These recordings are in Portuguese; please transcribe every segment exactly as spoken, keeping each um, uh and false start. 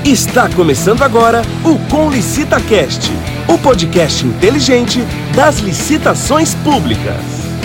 Está começando agora o Com Licita Cast, o podcast inteligente das licitações públicas.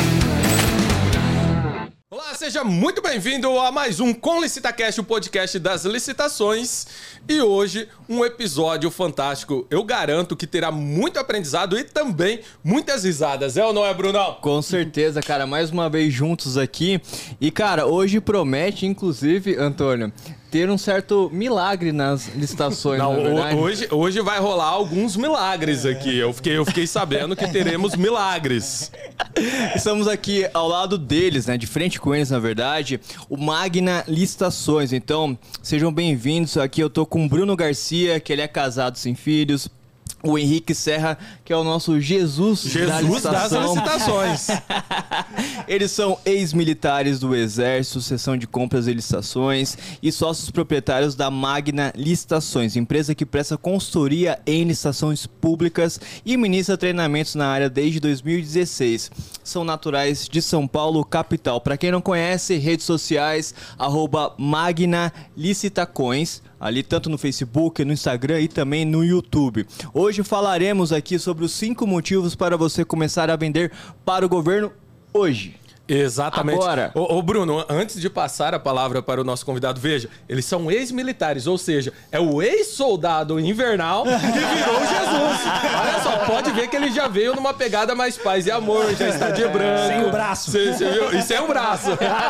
Olá, seja muito bem-vindo a mais um Com Licita Cast, o podcast das licitações. E hoje, um episódio fantástico. Eu garanto que terá muito aprendizado e também muitas risadas. É ou não é, Brunão? Com certeza, cara. Mais uma vez juntos aqui. E, cara, hoje promete, inclusive, Antônio, ter um certo milagre nas licitações, Não, na verdade. Hoje, hoje vai rolar alguns milagres aqui. Eu fiquei, eu fiquei sabendo que teremos milagres. Estamos aqui ao lado deles, né? De frente com eles, na verdade, o Magna Licitações. Então, sejam bem-vindos. Aqui eu tô com o Bruno Garcia, que ele é casado sem filhos. O Henrique Serra, que é o nosso Jesus, Jesus da licitação. das licitações. Eles são ex-militares do Exército, seção de compras e licitações e sócios proprietários da Magna Licitações, empresa que presta consultoria em licitações públicas e ministra treinamentos na área desde dois mil e dezesseis. São naturais de São Paulo, capital. Para quem não conhece, redes sociais, arroba Magna Licitacões, ali tanto no Facebook, no Instagram e também no YouTube. Hoje falaremos aqui sobre os cinco motivos para você começar a vender para o governo hoje. Exatamente. Agora. Ô, ô, Bruno, antes de passar a palavra para o nosso convidado, veja, eles são ex-militares, ou seja, é o ex-soldado invernal que virou Jesus. Olha só, pode ver que ele já veio numa pegada mais paz e amor, já está de branco. Sem o braço. Cê, cê viu? E sem o braço.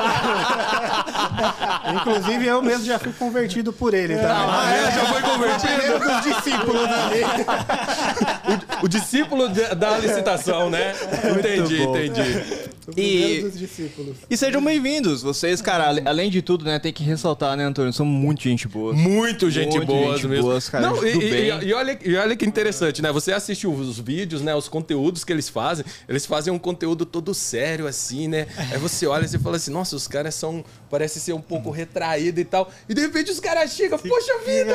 Inclusive, eu mesmo já fui convertido por ele. Tá? Ah, é? Já foi convertido? Primeiro dos discípulos ali. O, o discípulo de, da licitação, né? Entendi, bom. entendi. O primeiro E, dos discípulos. e sejam bem-vindos. Vocês, cara, ale- além de tudo, né, tem que ressaltar, né, Antônio? São muito gente boa. Muito gente Muito boa gente mesmo. boas, cara, Não, e, do e- bem. e- e olha, e olha que interessante, né? Você assiste os vídeos, né? Os conteúdos que eles fazem. Eles fazem um conteúdo todo sério, assim, né? Aí você olha e você fala assim, nossa, os caras são... Parece ser um pouco retraído e tal. E de repente os caras chegam, poxa vida,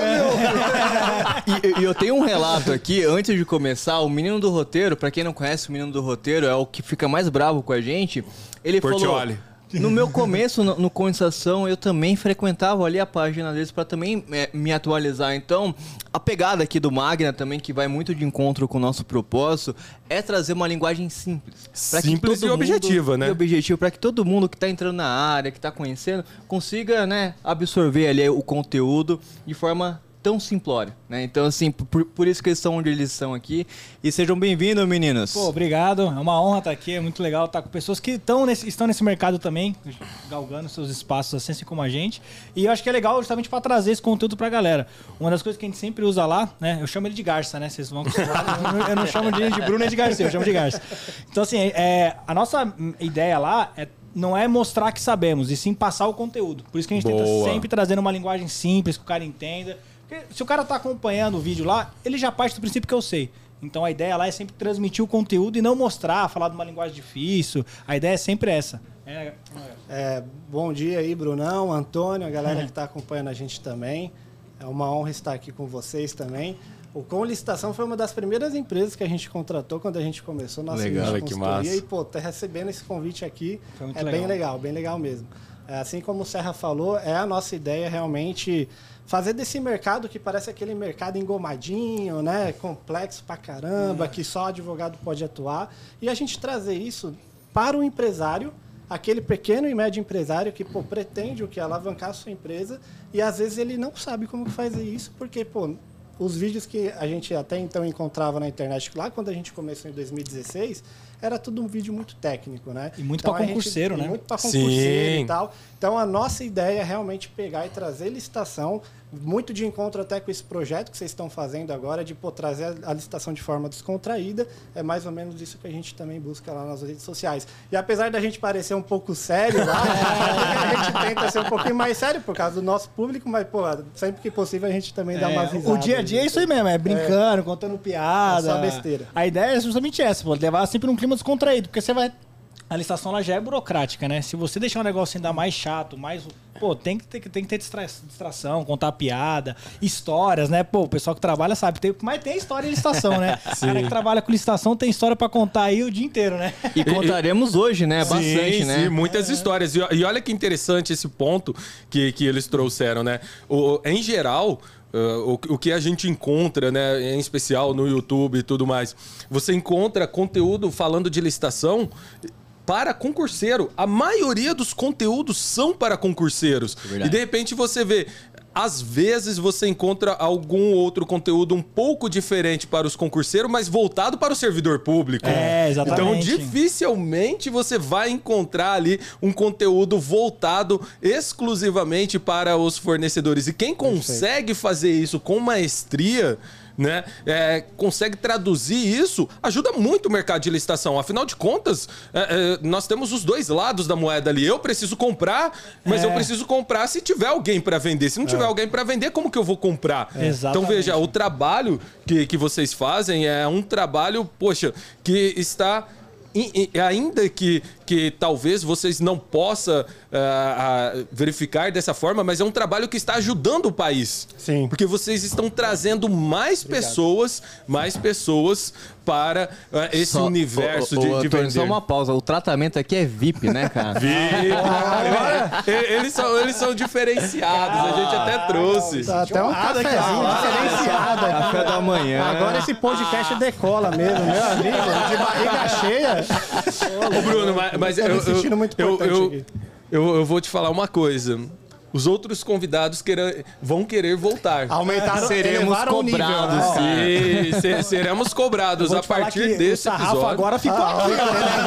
meu! E, e eu tenho um relato aqui, antes de começar, o menino do roteiro, pra quem não conhece, o menino do roteiro é o que fica mais bravo com a gente. Ele Portioli. falou... No meu começo, no, no Condensação, eu também frequentava ali a página deles para também é, me atualizar. Então, a pegada aqui do Magna também, que vai muito de encontro com o nosso propósito, é trazer uma linguagem simples. Pra que Simples todo e objetiva, mundo, né? E objetivo, para que todo mundo que está entrando na área, que está conhecendo, consiga, né, absorver ali o conteúdo de forma tão simplória, né? Então, assim, por, por isso que eles estão onde eles estão aqui. E sejam bem-vindos, meninos. Pô, obrigado. É uma honra estar aqui. É muito legal estar com pessoas que estão nesse, estão nesse mercado também, galgando seus espaços assim, assim como a gente. E eu acho que é legal justamente para trazer esse conteúdo pra galera. Uma das coisas que a gente sempre usa lá, né? Eu chamo ele de Garça, né? Vocês vão acostumar. eu, não, eu não chamo de, de Bruno nem de Garcia, eu chamo de Garça. Então, assim, é, a nossa ideia lá é não é mostrar que sabemos, e sim passar o conteúdo. Por isso que a gente Boa. tenta sempre trazer uma linguagem simples, que o cara entenda. Porque se o cara tá acompanhando o vídeo lá, ele já parte do princípio que eu sei. Então a ideia lá é sempre transmitir o conteúdo e não mostrar, falar de uma linguagem difícil. A ideia é sempre essa. É... É, bom dia aí, Brunão, Antônio, a galera que está acompanhando a gente também. É uma honra estar aqui com vocês também. O Com Licitação foi uma das primeiras empresas que a gente contratou quando a gente começou nossa Legal, nossa que consultoria. massa. E, pô, tá recebendo esse convite aqui Foi muito é legal. bem legal, bem legal mesmo. É, assim como o Serra falou, é a nossa ideia realmente fazer desse mercado que parece aquele mercado engomadinho, né? Complexo pra caramba, que só advogado pode atuar. E a gente trazer isso para o empresário, aquele pequeno e médio empresário que, pô, pretende o que? Alavancar a sua empresa e às vezes ele não sabe como fazer isso, porque, pô, os vídeos que a gente até então encontrava na internet, lá quando a gente começou em dois mil e dezesseis, era tudo um vídeo muito técnico, né? E muito Então, pra a gente- concurseiro, e né? Muito para concurseiro Sim. e tal. Então, a nossa ideia é realmente pegar e trazer licitação, muito de encontro até com esse projeto que vocês estão fazendo agora, de pô, trazer a, a licitação de forma descontraída. É mais ou menos isso que a gente também busca lá nas redes sociais. E apesar da gente parecer um pouco sério lá, a gente tenta ser um pouquinho mais sério por causa do nosso público, mas, pô, sempre que possível a gente também dá É, umas risadas. o dia a dia é isso aí mesmo, é brincando, contando piada. É só besteira. A ideia é justamente essa, pô, levar sempre num clima descontraído, porque você vai... A licitação ela já é burocrática, né? Se você deixar um negócio ainda mais chato, mais... Pô, tem que ter, tem que ter distra- distração, contar piada, histórias, né? Pô, o pessoal que trabalha sabe, tem, mas tem história em licitação, né? O cara que trabalha com licitação tem história pra contar aí o dia inteiro, né? E contaremos hoje, né? Sim, Bastante, sim, né? muitas histórias. E, e olha que interessante esse ponto que, que eles trouxeram, né? O, em geral, uh, o, o que a gente encontra, né, em especial no YouTube e tudo mais, você encontra conteúdo falando de licitação para concurseiro. A maioria dos conteúdos são para concurseiros. É e de repente você vê... Às vezes você encontra algum outro conteúdo um pouco diferente para os concurseiros, mas voltado para o servidor público. É, exatamente. Então, dificilmente você vai encontrar ali um conteúdo voltado exclusivamente para os fornecedores. E quem consegue fazer isso com maestria, né, é, consegue traduzir isso, ajuda muito o mercado de licitação. Afinal de contas, é, é, nós temos os dois lados da moeda ali. Eu preciso comprar, mas é. eu preciso comprar se tiver alguém para vender. Se não tiver é. alguém para vender, como que eu vou comprar? É. Então, veja, o trabalho que, que vocês fazem é um trabalho, poxa, que está... E, e, ainda que, que talvez vocês não possam uh, uh, verificar dessa forma, mas é um trabalho que está ajudando o país. Sim. Porque vocês estão trazendo mais Obrigado. pessoas, mais pessoas para uh, esse só, universo o, o, de, o, de Antônio, vender. Só uma pausa, o tratamento aqui é V I P, né, cara? V I P. Ah, eles, são, eles são diferenciados, a gente até trouxe. Tá até um cafezinho diferenciado aqui. Café da manhã. Agora esse podcast decola mesmo, meu amigo, de barriga cheia. Ô, Bruno, mas, mas eu, eu, muito eu, importante eu, aqui. eu, eu vou te falar uma coisa. Os outros convidados querer, vão querer voltar. Aumentaram, seremos cobrados. Sim, se, seremos cobrados a partir desse episódio. Agora ficou Ah, aqui.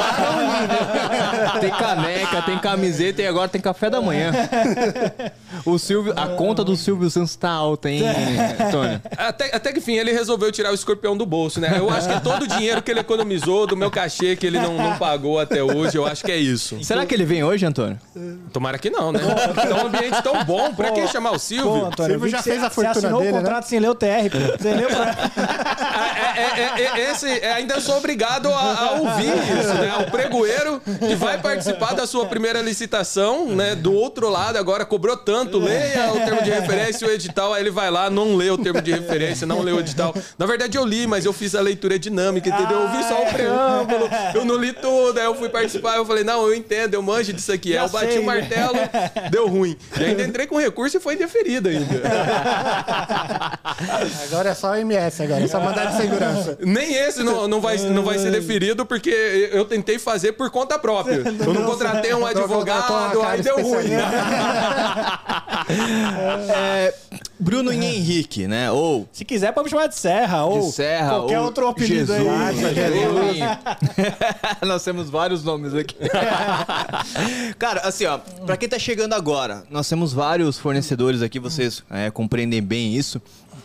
Tem caneca, tem camiseta e agora tem café da manhã. O Silvio, a conta do Silvio Santos tá alta, hein, Antônio? Até, até que, enfim, ele resolveu tirar o escorpião do bolso, né? Eu acho que é todo o dinheiro que ele economizou do meu cachê que ele não, não pagou até hoje, eu acho que é isso. Será que ele vem hoje, Antônio? Tomara que não, né? É um ambiente tão bom, pra quem chamar o Silvio? Pô, Antônio, Silvio já você, fez a você fortuna assinou dele, o contrato né? sem ler o T R, pô. Você leu pra... É, é, é, é, esse, é, ainda sou obrigado a, a ouvir isso, né? O pregoeiro que vai participar da sua primeira licitação, né? Do outro lado, agora cobrou tanto, leia o termo de referência e o edital, aí ele vai lá, não lê o termo de referência, não lê o edital. Na verdade, eu li, mas eu fiz a leitura dinâmica, entendeu? Eu vi só o preâmbulo, eu não li tudo, aí eu fui participar, eu falei, não, eu entendo, eu manjo disso aqui. Aí eu bati o martelo, deu ruim. E ainda entrei com recurso e foi indeferido ainda. Agora é só o M S, agora, é só mandar de segurança. Nem esse não, não, vai, não vai ser deferido, porque eu tentei fazer por conta própria. Eu não contratei um advogado, aí deu ruim. É, Bruno e Henrique, né? Ou Se quiser, pode me chamar de Serra. Ou de Serra, qualquer ou outro apelido Jesus, aí. ou- Nós temos vários nomes aqui. Cara, assim, ó, pra quem tá chegando agora, nós temos vários fornecedores aqui, vocês é, compreendem bem isso.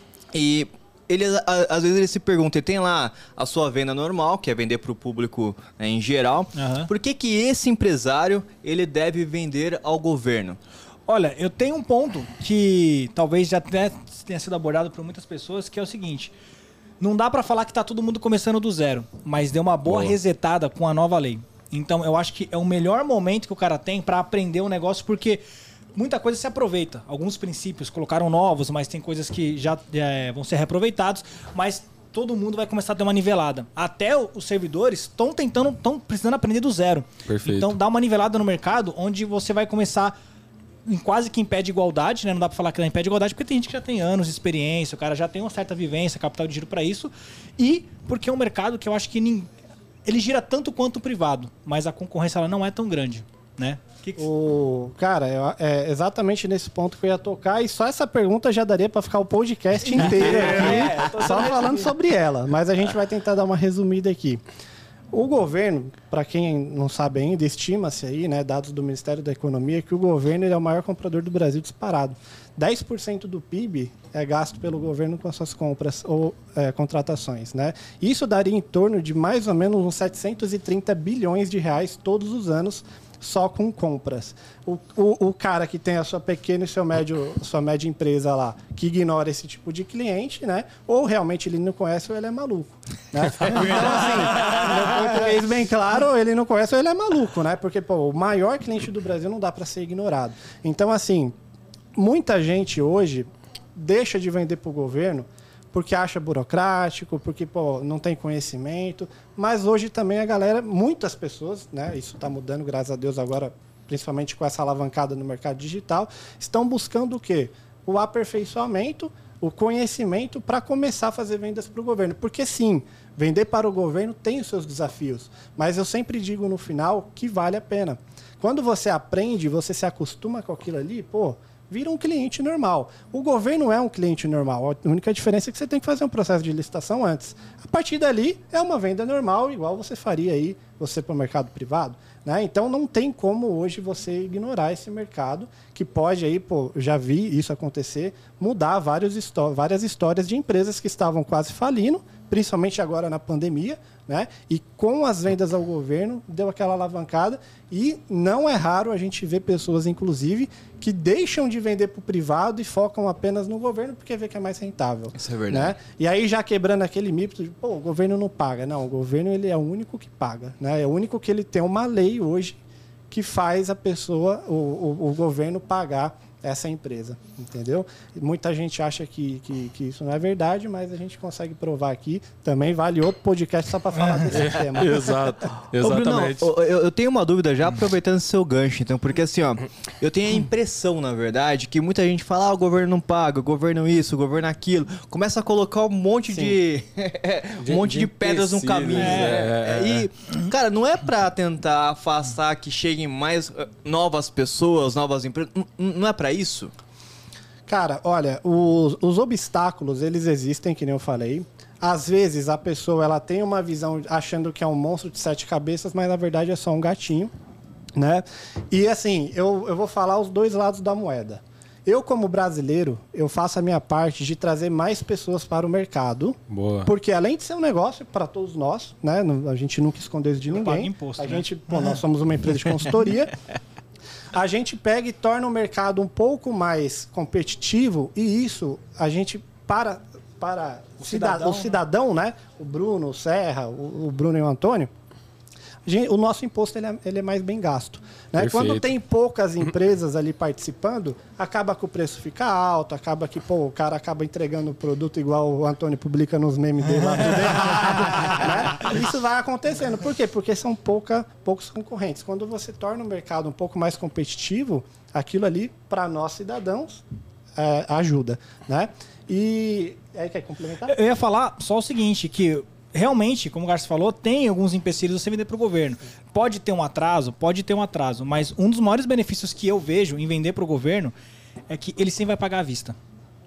E eles, a- às vezes eles se perguntam, tem lá a sua venda normal, que é vender pro público, né, em geral. Aham. Por que que esse empresário, ele deve vender ao governo? Olha, eu tenho um ponto que talvez já até tenha sido abordado por muitas pessoas, que é o seguinte: não dá pra falar que tá todo mundo começando do zero, mas deu uma boa, Boa. resetada com a nova lei. Então, eu acho que é o melhor momento que o cara tem pra aprender um negócio, porque muita coisa se aproveita. Alguns princípios colocaram novos, mas tem coisas que já é, vão ser reaproveitados, mas todo mundo vai começar a ter uma nivelada. Até o- os servidores estão tentando, estão precisando aprender do zero. Perfeito. Então, dá uma nivelada no mercado, onde você vai começar em quase que em pé de igualdade, né? Não dá pra falar que é em pé de igualdade, porque tem gente que já tem anos de experiência, o cara já tem uma certa vivência, capital de giro pra isso. E porque é um mercado que eu acho que nin- ele gira tanto quanto o privado, mas a concorrência ela não é tão grande, né? Que que- O, cara, eu- é exatamente nesse ponto que eu ia tocar, e só essa pergunta já daria pra ficar o podcast inteiro É, aqui, só falando sobre ela. Mas a gente vai tentar dar uma resumida aqui. O governo, para quem não sabe ainda, estima-se aí, né, dados do Ministério da Economia, que o governo ele é o maior comprador do Brasil disparado. dez por cento do P I B é gasto pelo governo com as suas compras ou é, contratações, né? Isso daria em torno de mais ou menos uns setecentos e trinta bilhões de reais todos os anos só com compras. O, o, o cara que tem a sua pequena e seu médio, sua média empresa lá, que ignora esse tipo de cliente, né? Ou realmente ele não conhece ou ele é maluco, né? Então, assim, no português bem claro, ele não conhece ou ele é maluco, né? Porque, pô, o maior cliente do Brasil não dá para ser ignorado. Então, assim, muita gente hoje deixa de vender para o governo porque acha burocrático, porque pô, não tem conhecimento. Mas hoje também a galera, muitas pessoas, né, isso está mudando, graças a Deus, agora, principalmente com essa alavancada no mercado digital, estão buscando o quê? O aperfeiçoamento, o conhecimento para começar a fazer vendas para o governo. Porque sim, vender para o governo tem os seus desafios, mas eu sempre digo no final que vale a pena. Quando você aprende, você se acostuma com aquilo ali, pô, vira um cliente normal. O governo é um cliente normal. A única diferença é que você tem que fazer um processo de licitação antes. A partir dali, é uma venda normal, igual você faria aí, você para o mercado privado. Né? Então, não tem como hoje você ignorar esse mercado, que pode aí, pô, já vi isso acontecer, mudar vários histó- várias histórias de empresas que estavam quase falindo, principalmente agora na pandemia, né? E com as vendas ao governo, deu aquela alavancada. E não é raro a gente ver pessoas, inclusive, que deixam de vender para o privado e focam apenas no governo porque vê que é mais rentável. Isso é verdade. Né? E aí já quebrando aquele mito de, pô, o governo não paga. Não, o governo ele é o único que paga. Né? É o único que ele tem uma lei hoje que faz a pessoa, o, o, o governo pagar essa empresa, entendeu? Muita gente acha que, que, que isso não é verdade, mas a gente consegue provar aqui. Também vale outro podcast só para falar desse tema. Exato, exatamente. Ô, Bruno, eu, eu tenho uma dúvida já, aproveitando o seu gancho, então, porque assim, ó, eu tenho a impressão, na verdade, que muita gente fala, ah, o governo não paga, o governo isso, o governo aquilo, começa a colocar um monte de um monte de, de pedras no caminho. É, é, e, cara, não é pra tentar afastar que cheguem mais uh, novas pessoas, novas empresas, não, não é pra isso? Cara, olha, os, os obstáculos, eles existem, que nem eu falei. Às vezes a pessoa ela tem uma visão achando que é um monstro de sete cabeças, mas na verdade é só um gatinho, né? E assim, eu, eu vou falar os dois lados da moeda. Eu, como brasileiro, eu faço a minha parte de trazer mais pessoas para o mercado. Boa. Porque além de ser um negócio para todos nós, né? A gente nunca esconde isso de ninguém. Paga imposto, a né? gente, pô, nós somos uma empresa de consultoria. A gente pega e torna o mercado um pouco mais competitivo e isso a gente, para, para o cidadão, cidadão, o cidadão, né? O Bruno, o Serra, o, o Bruno e o Antônio, a gente, o nosso imposto ele é, ele é mais bem gasto. Né? Quando tem poucas empresas ali participando, acaba que o preço fica alto, acaba que pô, o cara acaba entregando o produto igual o Antônio publica nos memes dele lá, tudo errado. Né? Isso vai acontecendo. Por quê? Porque são pouca, poucos concorrentes. Quando você torna o mercado um pouco mais competitivo, aquilo ali, para nós cidadãos, é, ajuda. Né? E aí, quer complementar? Eu ia falar só o seguinte, que realmente, como o Garcia falou, tem alguns empecilhos você vender para o governo. Pode ter um atraso, pode ter um atraso, mas um dos maiores benefícios que eu vejo em vender para o governo é que ele sempre vai pagar à vista.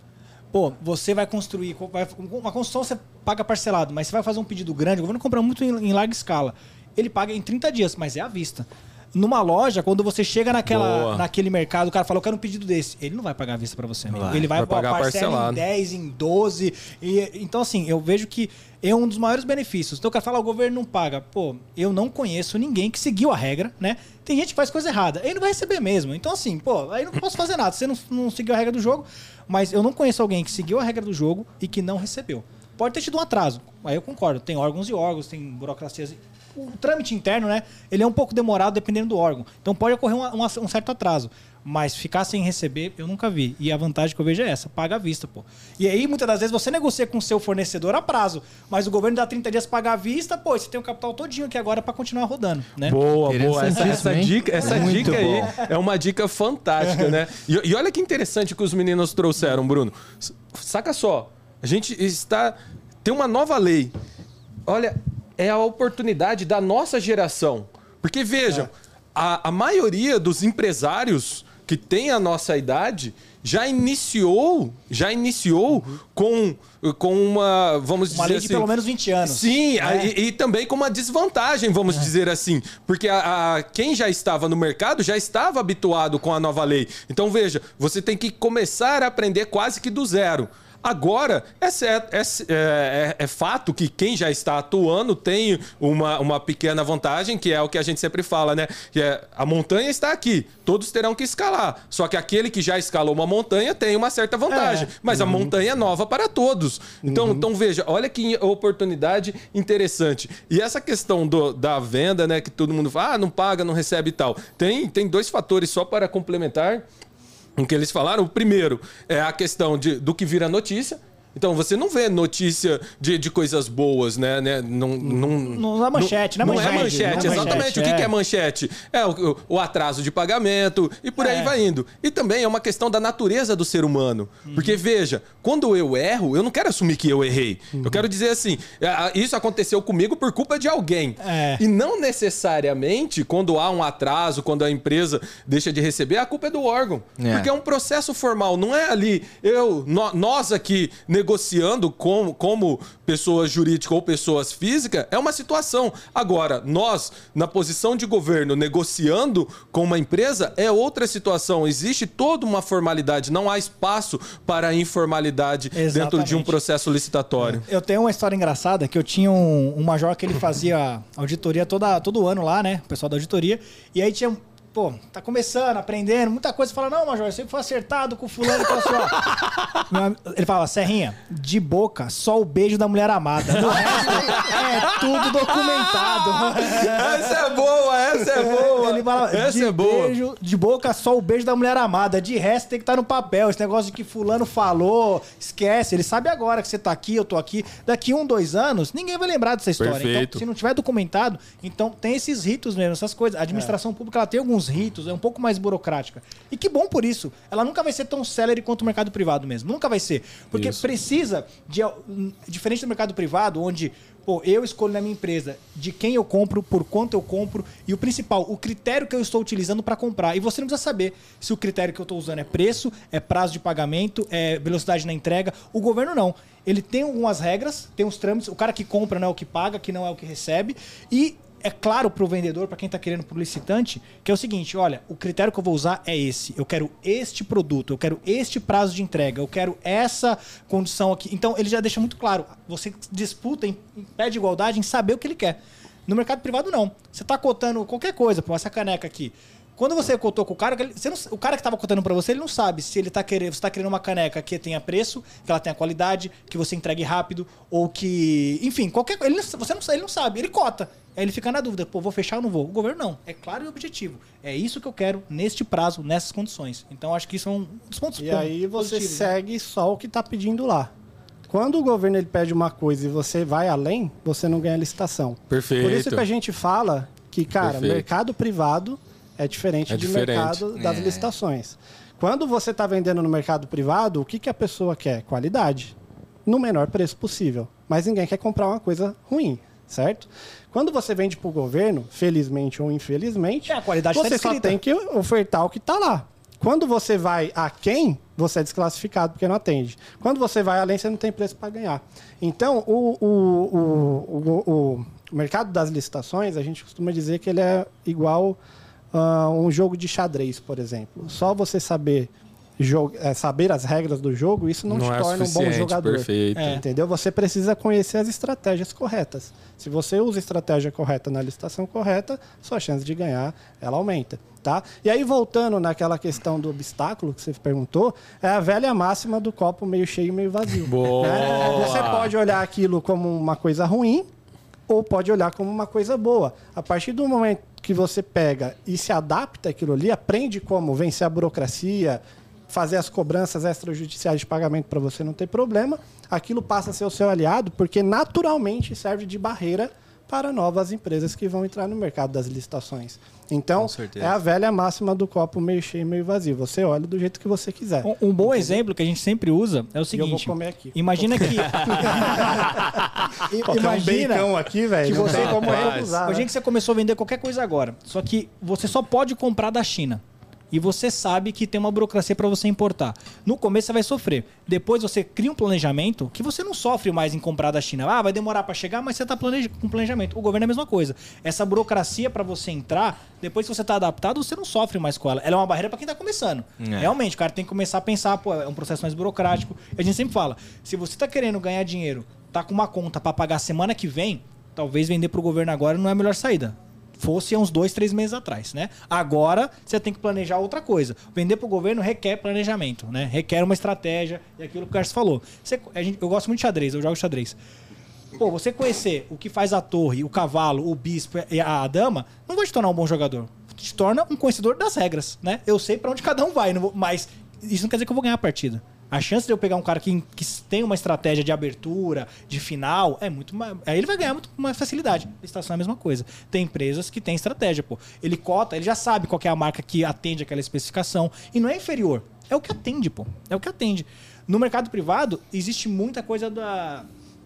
Pô, você vai construir, vai, uma construção você paga parcelado, mas você vai fazer um pedido grande, o governo compra muito em, em larga escala. Ele paga em trinta dias, mas é à vista. Numa loja, quando você chega naquela, naquele mercado, o cara falou, eu quero um pedido desse. Ele não vai pagar à vista pra você, amigo. Vai. Ele vai, Vai pagar parcela parcelado. em dez, em doze. E, então, assim, eu vejo que é um dos maiores benefícios. Então, o cara fala, o governo não paga. Pô, eu não conheço ninguém que seguiu a regra, né? Tem gente que faz coisa errada. Ele não vai receber mesmo. Então, assim, pô, aí não posso fazer nada. Você não, não seguiu a regra do jogo, mas eu não conheço alguém que seguiu a regra do jogo e que não recebeu. Pode ter tido um atraso. Aí eu concordo. Tem órgãos e órgãos, tem burocracias. O trâmite interno, né? Ele é um pouco demorado dependendo do órgão. Então pode ocorrer um, um, um certo atraso. Mas ficar sem receber, eu nunca vi. E a vantagem que eu vejo é essa, paga à vista, pô. E aí, muitas das vezes, você negocia com o seu fornecedor a prazo. Mas o governo dá trinta dias pra pagar à vista, pô, você tem o capital todinho aqui agora pra continuar rodando, né? Boa, boa. Essa, essa hein? dica, essa Muito dica aí bom. é uma dica fantástica, né? E, e olha que interessante que os meninos trouxeram, Bruno. S- Saca só, a gente está... Tem uma nova lei. Olha, é a oportunidade da nossa geração. Porque, vejam, é. a, a maioria dos empresários que tem a nossa idade já iniciou, já iniciou uhum. com, com uma, vamos uma dizer lei assim... de pelo menos vinte anos. Sim, né? a, e, e também com uma desvantagem, vamos é. dizer assim. Porque a, a, quem já estava no mercado já estava habituado com a nova lei. Então, veja, você tem que começar a aprender quase que do zero. Agora, é, certo, é, é, é fato que quem já está atuando tem uma, uma pequena vantagem, que é o que a gente sempre fala, né? Que é, a montanha está aqui, todos terão que escalar. Só que aquele que já escalou uma montanha tem uma certa vantagem, é. mas uhum. a montanha é nova para todos. Então, uhum. então, veja, olha que oportunidade interessante. E essa questão do, da venda, né? Que todo mundo fala, ah, não paga, não recebe e tal. Tem, tem dois fatores só para complementar o que eles falaram. O primeiro é a questão de, do que vira notícia. Então você não vê notícia de, de coisas boas, né? né? Não, não, não é manchete, não, não não é é manchete. manchete, Não é exatamente. manchete, O que é. que é manchete? É o, o atraso de pagamento e por aí É. vai indo. E também é uma questão da natureza do ser humano. Uhum. Porque, veja, quando eu erro, eu não quero assumir que eu errei. Uhum. Eu quero dizer assim, ah, isso aconteceu comigo por culpa de alguém. É. E não necessariamente quando há um atraso, quando a empresa deixa de receber, a culpa é do órgão. É. Porque é um processo formal, não é ali eu, nó- nós aqui negociando como, como pessoa jurídica ou pessoas físicas, é uma situação. Agora, nós, na posição de governo, negociando com uma empresa, é outra situação. Existe toda uma formalidade, não há espaço para informalidade dentro de um Exatamente. processo licitatório. Eu tenho uma história engraçada que eu tinha um, um major que ele fazia auditoria toda, todo ano lá, né? O pessoal da auditoria. E aí tinha. Pô, tá começando, aprendendo, muita coisa. Você fala, não, major, eu sempre fui acertado com o fulano. Ele fala assim, ó. Meu am- Ele fala, Serrinha, de boca, só o beijo da mulher amada. No resto, é tudo documentado. Essa é boa, essa é boa. Ele fala, essa de é boa. beijo, de boca, só o beijo da mulher amada. De resto, tem que estar no papel. Esse negócio de que fulano falou, esquece. Ele sabe agora que você tá aqui, eu tô aqui. Daqui um, dois anos, ninguém vai lembrar dessa história. Perfeito. Então, se não tiver documentado, então tem esses ritos mesmo, essas coisas. A administração pública, ela tem alguns ritos, é um pouco mais burocrática. E que bom por isso. Ela nunca vai ser tão célere quanto o mercado privado mesmo. Nunca vai ser. Porque Isso. precisa de... Diferente do mercado privado, onde... Pô, eu escolho na minha empresa de quem eu compro, por quanto eu compro e o principal, o critério que eu estou utilizando para comprar. E você não precisa saber se o critério que eu estou usando é preço, é prazo de pagamento, é velocidade na entrega. O governo não. Ele tem algumas regras, tem uns trâmites. O cara que compra não é o que paga, que não é o que recebe. E é claro pro vendedor, para quem está querendo pro licitante, que é o seguinte, olha, o critério que eu vou usar é esse. Eu quero este produto, eu quero este prazo de entrega, eu quero essa condição aqui. Então, ele já deixa muito claro. Você disputa, em em pé de igualdade, em saber o que ele quer. No mercado privado, não. Você está cotando qualquer coisa, pô, essa caneca aqui. Quando você cotou com o cara, ele- você não- o cara que estava cotando para você, ele não sabe se ele tá querendo, você está querendo uma caneca que tenha preço, que ela tenha qualidade, que você entregue rápido, ou que... Enfim, qualquer coisa. Ele, não- você não, ele não sabe, ele cota. Aí ele fica na dúvida, pô, vou fechar ou não vou? O governo não. É claro e objetivo. É isso que eu quero, neste prazo, nessas condições. Então, acho que isso é um dos pontos E aí você positivos, né? segue só o que está pedindo lá. Quando o governo ele pede uma coisa e você vai além, você não ganha licitação. Perfeito. Por isso que a gente fala que, cara, Perfeito. mercado privado é diferente É de diferente. mercado das É. licitações. Quando você está vendendo no mercado privado, o que, que a pessoa quer? Qualidade. No menor preço possível. Mas ninguém quer comprar uma coisa ruim, certo? Quando você vende para o governo, felizmente ou infelizmente, É, a qualidade tá você só descrita. tem que ofertar o que está lá. Quando você vai a quem, você é desclassificado porque não atende. Quando você vai além, você não tem preço para ganhar. Então, o, o, o, o, o mercado das licitações, a gente costuma dizer que ele é igual a um jogo de xadrez, por exemplo. Só você saber, jo- é, saber as regras do jogo, isso não, Não te é torna um bom suficiente, jogador. perfeito. É. Entendeu? Você precisa conhecer as estratégias corretas. Se você usa a estratégia correta na licitação correta, sua chance de ganhar, ela aumenta. Tá? E aí, voltando naquela questão do obstáculo que você perguntou, é a velha máxima do copo meio cheio e meio vazio. Boa! Né? Você pode olhar aquilo como uma coisa ruim ou pode olhar como uma coisa boa. A partir do momento que você pega e se adapta àquilo ali, aprende como vencer a burocracia, fazer as cobranças extrajudiciais de pagamento para você não ter problema, aquilo passa a ser o seu aliado, porque naturalmente serve de barreira para novas empresas que vão entrar no mercado das licitações. Então, Com certeza. é a velha máxima do copo meio cheio e meio vazio. Você olha do jeito que você quiser. Um, um bom exemplo que a gente sempre usa é o E eu seguinte. vou comer aqui. Imagina que... I- Colocar um imagina bacon aqui, velho. que não você tem como Rapaz. recusar, Imagina né? que você começou a vender qualquer coisa agora. Só que você só pode comprar da China. E você sabe que tem uma burocracia para você importar. No começo você vai sofrer. Depois você cria um planejamento que você não sofre mais em comprar da China. Ah, vai demorar para chegar, mas você está planeja com planejamento. O governo é a mesma coisa. Essa burocracia para você entrar, depois que você está adaptado, você não sofre mais com ela. Ela é uma barreira para quem está começando. É. Realmente, o cara tem que começar a pensar, pô, é um processo mais burocrático. A gente sempre fala, se você está querendo ganhar dinheiro, tá com uma conta para pagar semana que vem, talvez vender para o governo agora não é a melhor saída. Fosse há uns dois, três meses atrás, né? Agora você tem que planejar outra coisa. Vender para o governo requer planejamento, né? Requer uma estratégia e aquilo que o Carlos falou. Você, a gente, eu gosto muito de xadrez, eu jogo xadrez. Pô, você conhecer o que faz a torre, o cavalo, o bispo e a, a dama, não vai te tornar um bom jogador. Te torna um conhecedor das regras, né? Eu sei para onde cada um vai, não vou- mas isso não quer dizer que eu vou ganhar a partida. A chance de eu pegar um cara que, que tem uma estratégia de abertura, de final, é muito mais. Aí ele vai ganhar muito mais facilidade. Licitação é a mesma coisa. Tem empresas que têm estratégia, pô. Ele cota, ele já sabe qual que é a marca que atende aquela especificação. E não é inferior. É o que atende, pô. É o que atende. No mercado privado, existe muita coisa da.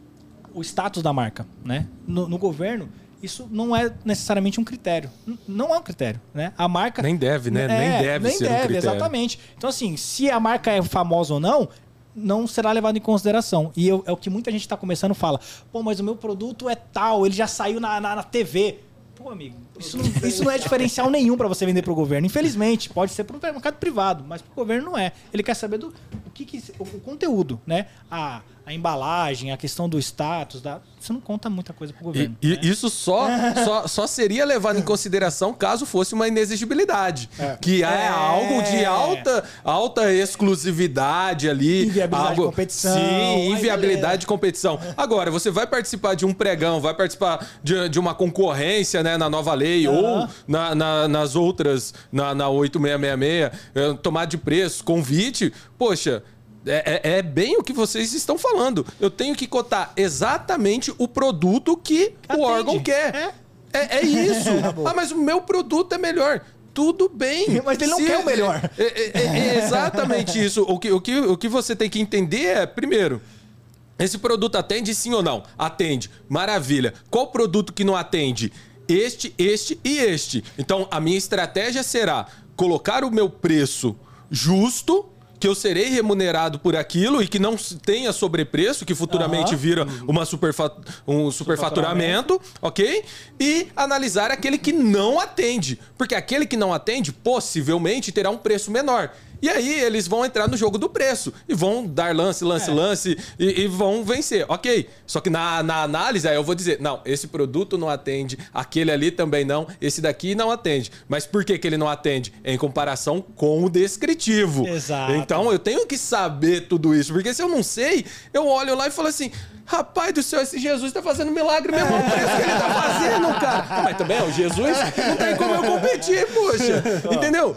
O status da marca, né? No, no governo, isso não é necessariamente um critério. N- não é um critério, né? A marca... Nem deve, né? É, nem deve nem ser deve, um critério. exatamente. Então, assim, se a marca é famosa ou não, não será levado em consideração. E eu, é o que muita gente está começando a falar. Pô, mas o meu produto é tal, ele já saiu na, na, na T V. Pô, amigo, isso não, isso não é diferencial nenhum para você vender para o governo. Infelizmente, pode ser para o mercado privado, mas para o governo não é. Ele quer saber do o que, que o, o conteúdo, né? A, a embalagem, a questão do status, da, isso não conta muita coisa para o governo. E, né? e isso só, só, só seria levado em consideração caso fosse uma inexigibilidade. É. Que é, é algo de alta, alta exclusividade ali. Inviabilidade algo, de competição. Sim, inviabilidade de competição. Agora, você vai participar de um pregão, vai participar de, de uma concorrência, né, na nova lei uhum. ou na, na, nas outras, na, na oito seis seis seis, tomada de preço, convite, poxa... É, é, é bem o que vocês estão falando. Eu tenho que cotar exatamente o produto que Atende. o órgão quer. É, é, é isso. Ah, mas o meu produto é melhor. Tudo bem. Mas ele não Se, quer o melhor. É, é, é exatamente isso. O que, o, que, o que você tem que entender é, primeiro, esse produto atende sim ou não? Atende. Maravilha. Qual produto que não atende? Este, este e este. Então, a minha estratégia será colocar o meu preço justo, que eu serei remunerado por aquilo e que não tenha sobrepreço, que futuramente uhum. vira uma superfa- um superfaturamento, ok? E analisar aquele que não atende. Porque aquele que não atende, possivelmente, terá um preço menor. E aí eles vão entrar no jogo do preço e vão dar lance, lance, é. lance e, e vão vencer, ok? Só que na, na análise aí eu vou dizer, não, esse produto não atende, aquele ali também não, esse daqui não atende. Mas por que que ele não atende? Em comparação com o descritivo. Exato. Então eu tenho que saber tudo isso, porque se eu não sei, eu olho lá e falo assim... Rapaz do céu, esse Jesus tá fazendo milagre mesmo. Olha o preço que ele tá fazendo, cara. Mas também, o Jesus não tem como eu competir, poxa. Entendeu?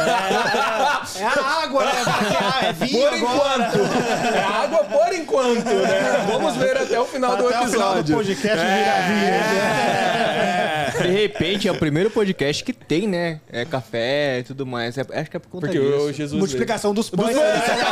É, é a água, né? É vinho por agora. enquanto. É água por enquanto, né? Vamos ver até o final até do episódio. Até o final do podcast é, vira vinho. É, é. De repente, é o primeiro podcast que tem, né? É café e tudo mais. É, acho que é por conta Porque disso. o Jesus multiplicação dos pães. Daqui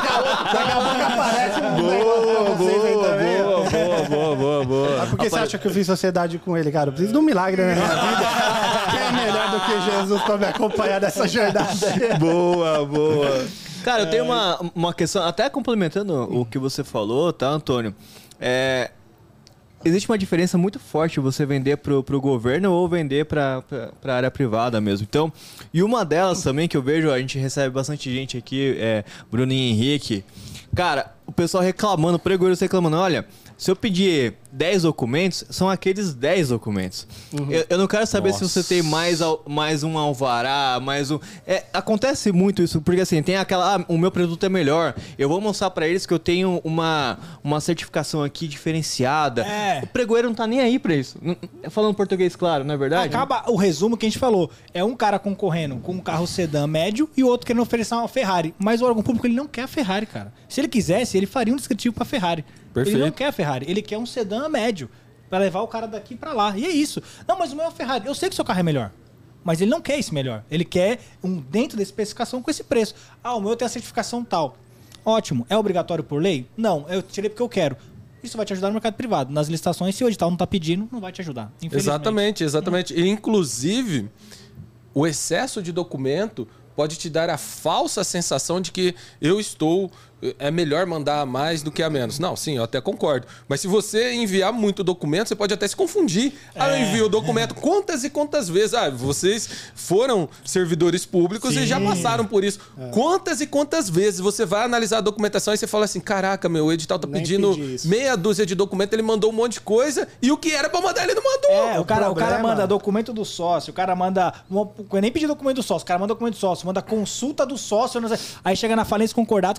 a pouco aparece um boa, negócio pra vocês aí também. Boa, boa, boa, boa, boa. Mas por que Rapaz... você acha que eu fiz sociedade com ele, cara? Eu preciso de um milagre na minha vida. Quem é melhor do que Jesus pra me acompanhar nessa jornada? Boa, boa. Cara, eu tenho uma, uma questão, até complementando o que você falou, tá, Antônio? É... Existe uma diferença muito forte você vender pro, pro governo ou vender pra, pra, pra área privada mesmo. Então, e uma delas também que eu vejo, a gente recebe bastante gente aqui, é Bruno e Henrique. Cara, o pessoal reclamando, pregoeiros reclamando, olha, se eu pedir dez documentos, são aqueles dez documentos. Uhum. Eu, eu não quero saber Nossa. se você tem mais, mais um alvará, mais um... É, acontece muito isso, porque assim, tem aquela... Ah, o meu produto é melhor. Eu vou mostrar pra eles que eu tenho uma, uma certificação aqui diferenciada. É. O pregoeiro não tá nem aí pra isso. Falando português claro, não é verdade? Acaba o resumo que a gente falou. É um cara concorrendo com um carro sedã médio e o outro querendo oferecer uma Ferrari. Mas o órgão público, ele não quer a Ferrari, cara. Se ele quisesse, ele faria um descritivo pra Ferrari. Perfeito. Ele não quer a Ferrari, ele quer um sedã médio pra levar o cara daqui pra lá. E é isso. Não, mas o meu é Ferrari. Eu sei que o seu carro é melhor, mas ele não quer esse melhor. Ele quer um dentro da especificação com esse preço. Ah, o meu tem a certificação tal. Ótimo. É obrigatório por lei? Não, eu tirei porque eu quero. Isso vai te ajudar no mercado privado. Nas licitações, se o edital não tá pedindo, não vai te ajudar. Exatamente, exatamente. E, inclusive, o excesso de documento pode te dar a falsa sensação de que eu estou... É melhor mandar a mais do que a menos. Não, sim, eu até concordo. Mas se você enviar muito documento, você pode até se confundir. É. Ah, eu envio o documento quantas e quantas vezes? Ah, vocês foram servidores públicos sim. e já passaram por isso. É. Quantas e quantas vezes você vai analisar a documentação e você fala assim, caraca, meu, o edital tá Nem pedindo meia dúzia de documento, ele mandou um monte de coisa e o que era pra mandar ele não mandou. É, o cara, o cara manda documento do sócio, o cara manda... Eu nem pedi documento do sócio, o cara manda documento do sócio, manda consulta do sócio, não sei. Aí chega na falência concordado, o cara não manda. Não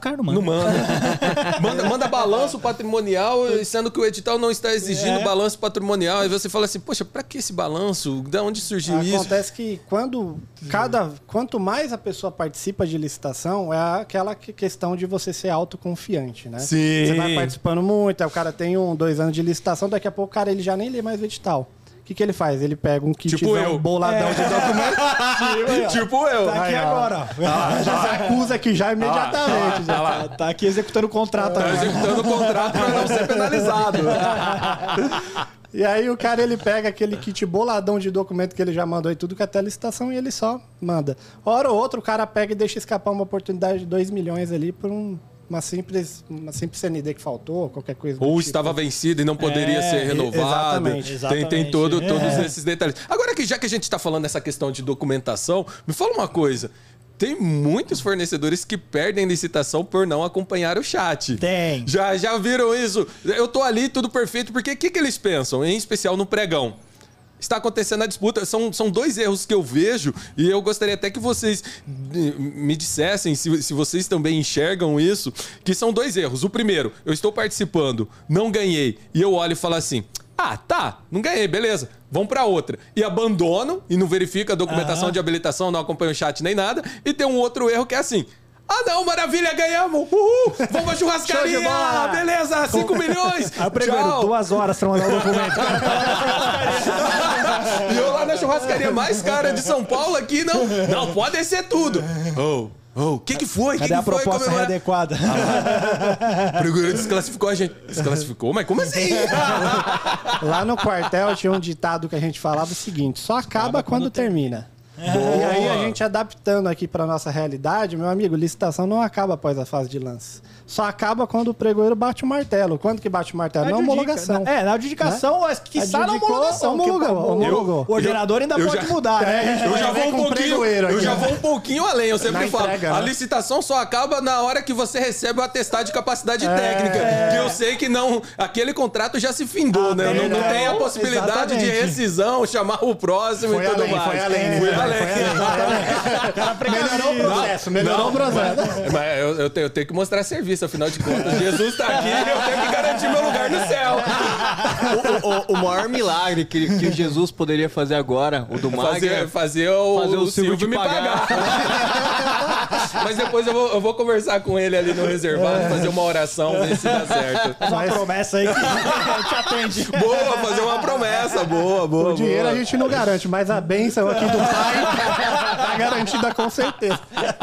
manda. manda. Manda balanço patrimonial, sendo que o edital não está exigindo É. balanço patrimonial. Aí você fala assim, poxa, pra que esse balanço? De onde surgiu isso? Acontece que quando cada, quanto mais a pessoa participa de licitação, é aquela que- questão de você ser autoconfiante, né? Sim. Você vai participando muito, aí o cara tem um, dois anos de licitação, daqui a pouco o cara ele já nem lê mais o edital. O que, que ele faz? Ele pega um Tipo kitzão eu. boladão de documento. Tipo eu. Tá aqui Aí, ó. agora, ó. Ah, já se acusa aqui já imediatamente. já. Tá, tá aqui executando o contrato Tá agora. executando o contrato pra não ser penalizado. E aí o cara ele pega aquele kit boladão de documento que ele já mandou e tudo que até a licitação e ele só manda. Hora ou outra o cara pega e deixa escapar uma oportunidade de dois milhões ali por um, uma simples uma simples C N D que faltou, qualquer coisa. do Ou tipo. estava vencido e não poderia É, ser renovado. exatamente, Tem, exatamente. tem todo, todos É. esses detalhes. Agora que já que a gente está falando dessa questão de documentação, me fala uma coisa. Tem muitos fornecedores que perdem licitação por não acompanhar o chat. Tem. Já, já viram isso? Eu tô ali, tudo perfeito, porque o que, que eles pensam? Em especial no pregão. Está acontecendo a disputa. São, são dois erros que eu vejo e eu gostaria até que vocês eh, me dissessem se, se vocês também enxergam isso, que são dois erros. O primeiro, eu estou participando, não ganhei, e eu olho e falo assim... Ah, tá, não ganhei, beleza. Vamos pra outra. E abandono e não verifica a documentação Aham. de habilitação, não acompanha o chat nem nada. E tem um outro erro que é assim... Ah, não, maravilha, ganhamos! Uhul! Vamos pra churrascaria! Show de bola! Beleza, cinco milhões! Aí o pregoeiro, Tchau! duas horas pra mandar o documento. E eu lá na churrascaria mais cara de São Paulo aqui, não. Não, pode descer tudo. Oh, oh, o que que foi? O que Cadê que a foi? proposta Comemorar? readequada? O pregoeiro desclassificou a gente. Desclassificou? Mas como assim? Lá no quartel tinha um ditado que a gente falava o seguinte: só acaba, quando, termina. E aí a gente adaptando aqui para nossa realidade, meu amigo, licitação não acaba após a fase de lance. Só acaba quando o pregoeiro bate o martelo. Quando que bate o martelo? Na Adjudica. homologação. É, na adjudicação, mas que sai na Adjudicou, homologação. homologou, que o- o- homologou. O ordenador ainda Eu pode já- mudar, né? Eu já Vem vou um com pouquinho, pregoeiro aqui, eu já né? vou um pouquinho além. Eu sempre Na falo, entrega, a né? licitação só acaba na hora que você recebe o atestado de capacidade técnica. Que eu sei que não, aquele contrato já se findou, Ah, né? Não, não é, tem a possibilidade de exatamente. rescisão, chamar o próximo Foi e tudo além, mais. foi além, Fui né? além. Melhorou o processo, melhorou o processo. Mas eu, eu tenho, eu tenho que mostrar serviço, afinal de contas. Jesus tá aqui e eu tenho que garantir meu lugar no céu. O, o- o maior milagre que, que Jesus poderia fazer agora, o do Mag, Fazer, é fazer o, fazer o o Silvio Silvio te me pagar. pagar. Mas depois eu vou, eu vou conversar com ele ali no reservado, fazer uma oração, ver se dá certo. Faz uma promessa aí que te atende. Boa, fazer uma promessa. Boa, boa, O dinheiro boa. a gente não garante, mas a bênção aqui do pai tá garantida com certeza.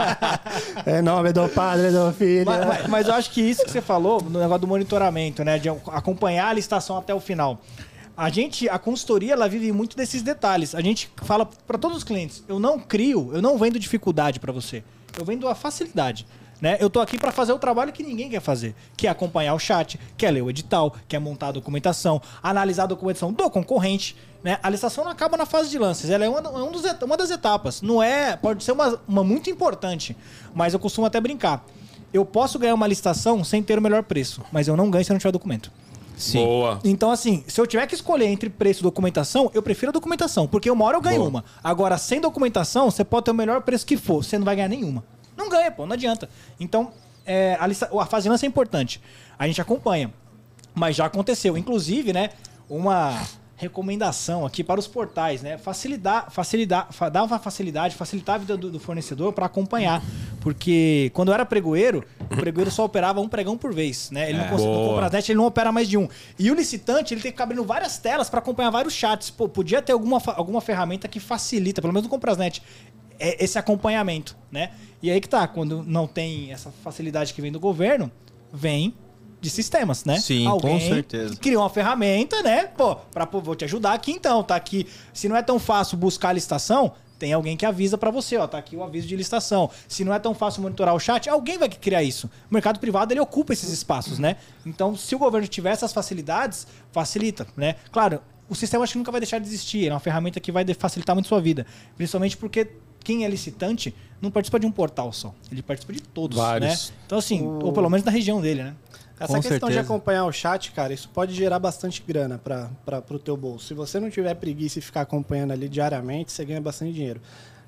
Em nome do Padre, do Filho. Mas, mas- mas eu acho que isso que você falou, no negócio do monitoramento, né? De acompanhar a licitação até o final. A gente, a consultoria, ela vive muito desses detalhes. A gente fala para todos os clientes, eu não crio, eu não vendo dificuldade para você. Eu vendo a facilidade. Né? Eu tô aqui para fazer o trabalho que ninguém quer fazer, que é acompanhar o chat, que é ler o edital, que é montar a documentação, analisar a documentação do concorrente. Né? A licitação não acaba na fase de lances, ela é uma, é um dos et- uma das etapas. Não é, pode ser uma, uma muito importante, mas eu costumo até brincar. Eu posso ganhar uma licitação sem ter o melhor preço, mas eu não ganho se eu não tiver documento. Sim. Boa. Então, assim, se eu tiver que escolher entre preço e documentação, eu prefiro a documentação, porque uma hora eu ganho Boa. uma. Agora, sem documentação, você pode ter o melhor preço que for, você não vai ganhar nenhuma. Não ganha, pô, não adianta. Então, é, a, lista, a fase de lance é importante. A gente acompanha. Mas já aconteceu. Inclusive, né, uma recomendação aqui para os portais, né? Facilitar, facilitar, fa- dar uma facilidade, facilitar a vida do, do fornecedor para acompanhar. Porque quando eu era pregoeiro, o pregoeiro só operava um pregão por vez, né? Ele não consegue, no boa. Comprasnet, ele não opera mais de um. E o licitante, ele tem que ficar abrindo várias telas para acompanhar vários chats. Pô, podia ter alguma, fa- alguma ferramenta que facilita, pelo menos no Comprasnet, é- esse acompanhamento, né? E aí que tá, quando não tem essa facilidade que vem do governo, vem de sistemas, né? Sim, Alguém com certeza. criou uma ferramenta, né? Pô, pra, pô, vou te ajudar aqui então, tá aqui. Se não é tão fácil buscar a licitação, tem alguém que avisa pra você, ó, tá aqui o aviso de licitação. Se não é tão fácil monitorar o chat, alguém vai criar isso. O mercado privado, ele ocupa esses espaços, né? Então, se o governo tiver essas facilidades, facilita, né? Claro, o sistema acho que nunca vai deixar de existir, é uma ferramenta que vai de- facilitar muito sua vida. Principalmente porque quem é licitante não participa de um portal só, ele participa de todos, Vários. né? Então, assim, ou pelo menos na região dele, né? Essa Com questão de certeza. acompanhar o chat, cara, isso pode gerar bastante grana para o teu bolso. Se você não tiver preguiça e ficar acompanhando ali diariamente, você ganha bastante dinheiro.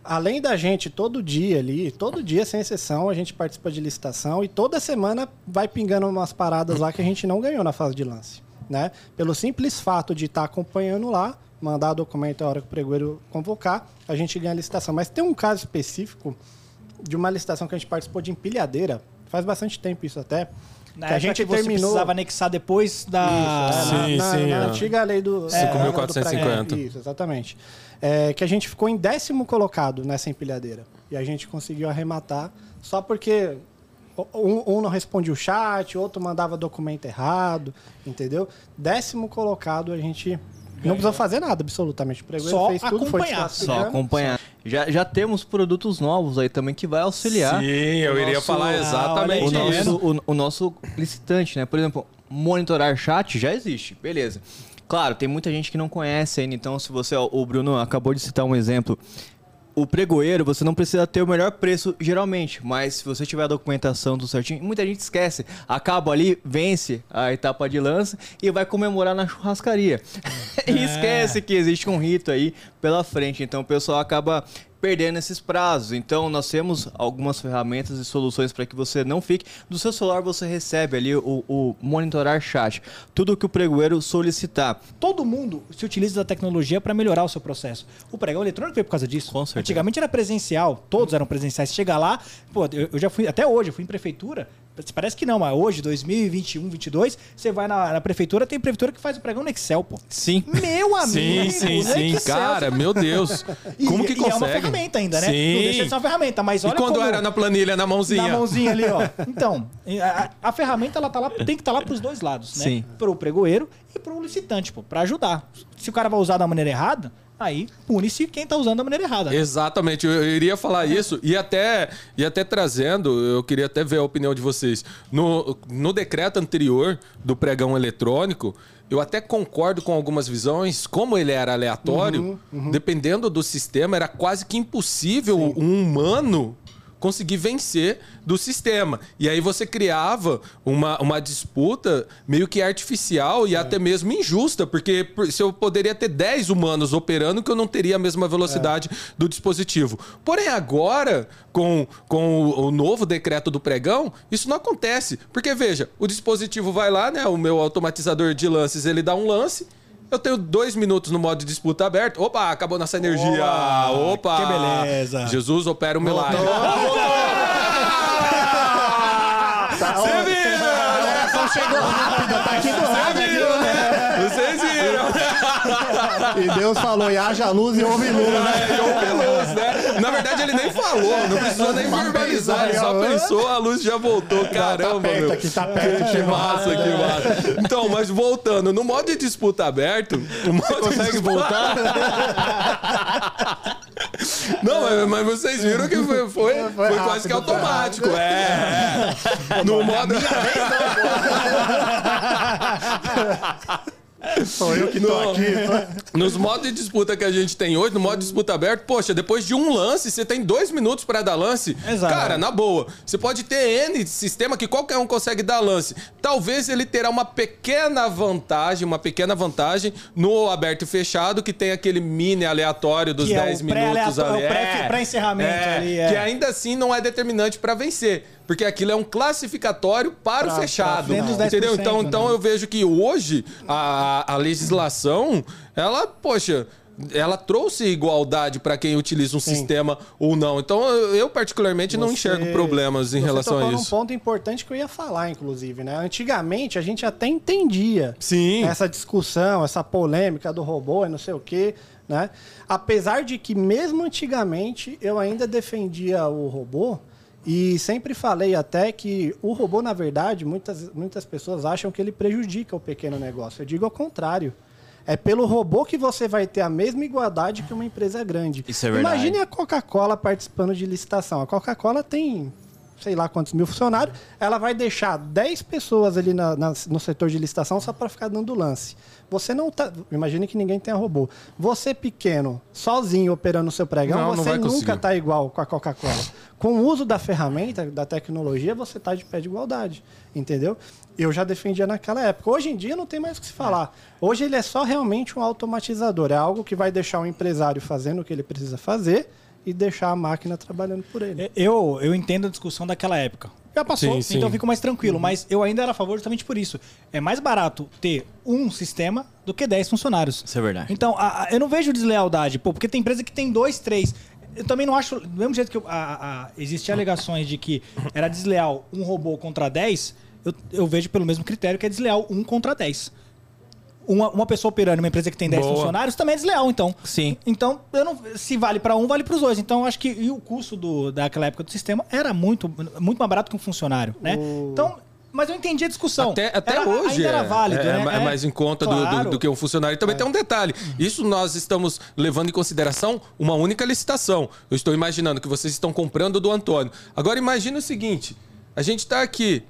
além da gente, todo dia ali, todo dia sem exceção, a gente participa de licitação e toda semana vai pingando umas paradas lá que a gente não ganhou na fase de lance, né? Pelo simples fato de estar acompanhando lá, mandar documento a hora que o pregoeiro convocar, a gente ganha a licitação. Mas tem um caso específico de uma licitação que a gente participou de empilhadeira, faz bastante tempo isso até, Na que a gente que você terminou... precisava anexar depois da... Isso, é, Sim, na, sim, na, é. na antiga lei do... cinco mil quatrocentos e cinquenta. É, isso, exatamente. É, que a gente ficou em décimo colocado nessa empilhadeira. E a gente conseguiu arrematar só porque um, um não respondia o chat, outro mandava documento errado, entendeu? Décimo colocado a gente... Não precisou fazer nada, absolutamente. O pregoeiro Só fez tudo, foi acompanhar. Só acompanhar. Já, já temos produtos novos aí também que vai auxiliar. Sim, eu o iria nosso- falar exatamente o olha aí, isso. nosso, o, o nosso licitante, né? Por exemplo, monitorar chat já existe, beleza. Claro, tem muita gente que não conhece ainda, então se você, ó, o Bruno acabou de citar um exemplo, o pregoeiro, você não precisa ter o melhor preço geralmente, mas se você tiver a documentação do certinho, muita gente esquece, acaba ali, vence a etapa de lance e vai comemorar na churrascaria. É. E esquece que existe um rito aí pela frente, então o pessoal acaba perdendo esses prazos. Então nós temos algumas ferramentas e soluções para que você não fique. Do seu celular você recebe ali o, o monitorar chat, tudo que o pregoeiro solicitar. Todo mundo se utiliza da tecnologia para melhorar o seu processo. O pregão eletrônico veio por causa disso. Com certeza. Antigamente era presencial, todos eram presenciais. Chega lá, pô, eu, eu já fui, até hoje, eu fui em prefeitura, parece que não, mas hoje, dois mil e vinte e um, vinte e dois, você vai na, na prefeitura, tem prefeitura que faz o pregão no Excel, pô. Sim. Meu amigo! Sim, sim, no sim. Excel, Cara, você- meu Deus. E- Como que e consegue? é uma ferramenta ainda, né? Sim. Não deixa de ser uma ferramenta, mas olha E quando como... era na planilha, na mãozinha? Na mãozinha ali, ó. Então, a, a ferramenta ela tá lá, tem que estar lá pros dois lados, né? Sim. Pro pregoeiro e pro licitante, pô, pra ajudar. Se o cara vai usar da maneira errada, aí pune-se quem tá usando da maneira errada. Exatamente, eu eu iria falar isso e até, e até trazendo, eu queria até ver a opinião de vocês. No, no decreto anterior do pregão eletrônico, eu até concordo com algumas visões, como ele era aleatório, dependendo do sistema, era quase que impossível um humano conseguir vencer do sistema. E aí você criava uma, uma disputa meio que artificial e é. até mesmo injusta, porque se eu poderia ter dez humanos operando, que eu não teria a mesma velocidade é. do dispositivo. Porém, agora, com, com o, o novo decreto do pregão, isso não acontece. Porque, veja, o dispositivo vai lá, né? O meu automatizador de lances, ele dá um lance. Eu tenho dois minutos no modo de disputa aberto. Opa, acabou nossa energia. Oh, Opa! que beleza. Jesus opera um milagre. Você viu? Só chegou rápido, tá aqui do lado. Você viu, né? Vocês viram. E Deus falou, e haja luz e houve luz, né? É, houve luz, né? Na verdade, ele nem falou, não precisou nem verbalizar, ele só pensou, a luz já voltou. Caramba, perto meu. aqui, tá perto, Que massa, que massa. Então, mas voltando, no modo de disputa aberto, o modo Você consegue voltar? Não, mas, mas vocês viram que foi, foi, foi quase que automático. É, é. No modo. Sou eu que tô No- aqui. Nos modos de disputa que a gente tem hoje, no modo de disputa aberto, poxa, depois de um lance, você tem dois minutos pra dar lance. Exato. Cara, na boa, você pode ter N sistema que qualquer um consegue dar lance. Talvez ele terá uma pequena vantagem, uma pequena vantagem no aberto e fechado, que tem aquele mini aleatório dos Que é o dez minutos pré-aleatório, ali. o pré- pré-encerramento é, ali, é. Que ainda assim não é determinante pra vencer. Porque aquilo é um classificatório para Pra- o fechado. pra dentro dos dez por Entendeu? cento, Então, né? então eu vejo que hoje a, a legislação, ela, poxa, ela trouxe igualdade para quem utiliza um sistema ou não. Então eu, eu particularmente, não Você- enxergo problemas em você relação tocou a num isso. ponto importante que eu ia falar, inclusive, né? Antigamente a gente até entendia Sim. essa discussão, essa polêmica do robô e não sei o quê, né? Apesar de que mesmo antigamente eu ainda defendia o robô e sempre falei até que o robô, na verdade, muitas, muitas pessoas acham que ele prejudica o pequeno negócio. Eu digo ao contrário. É pelo robô que você vai ter a mesma igualdade que uma empresa grande. Isso é verdade. Imagine a Coca-Cola participando de licitação. A Coca-Cola tem sei lá quantos mil funcionários, ela vai deixar dez pessoas ali na, na, no setor de licitação só para ficar dando lance. Você não tá... Imagine que ninguém tenha robô. Você pequeno, sozinho operando o seu pregão, Não, não você vai nunca conseguir. tá igual com a Coca-Cola. com o uso da ferramenta, da tecnologia, você está de pé de igualdade, entendeu? Eu já defendia naquela época. Hoje em dia não tem mais o que se falar. Hoje ele é só realmente um automatizador. É algo que vai deixar o empresário fazendo o que ele precisa fazer e deixar a máquina trabalhando por ele. Eu, eu entendo a discussão daquela época. Já passou, Sim, sim. então eu fico mais tranquilo. Mas eu ainda era a favor justamente por isso. É mais barato ter um sistema do que dez funcionários. Isso é verdade. Então, a, a, eu não vejo deslealdade, pô, porque tem empresa que tem dois, três. Eu também não acho... Do mesmo jeito que eu, a, a, existiam alegações de que era desleal um robô contra dez, eu, eu vejo pelo mesmo critério que é desleal um contra dez. Uma, uma pessoa operando uma empresa que tem dez Boa. funcionários também é desleal, então. Sim. Então, eu não, se vale para um, vale para os dois. Então, eu acho que e o custo do, daquela época do sistema era muito, muito mais barato que um funcionário, né? O- Então, mas eu entendi a discussão. Até, até Era- hoje ainda era é, válido, é, né? é mais em conta do- do, Claro. do que um funcionário. E também tem um detalhe. Isso nós estamos levando em consideração uma única licitação. Eu estou imaginando que vocês estão comprando do Antônio. Agora imagina o seguinte. A gente está aqui.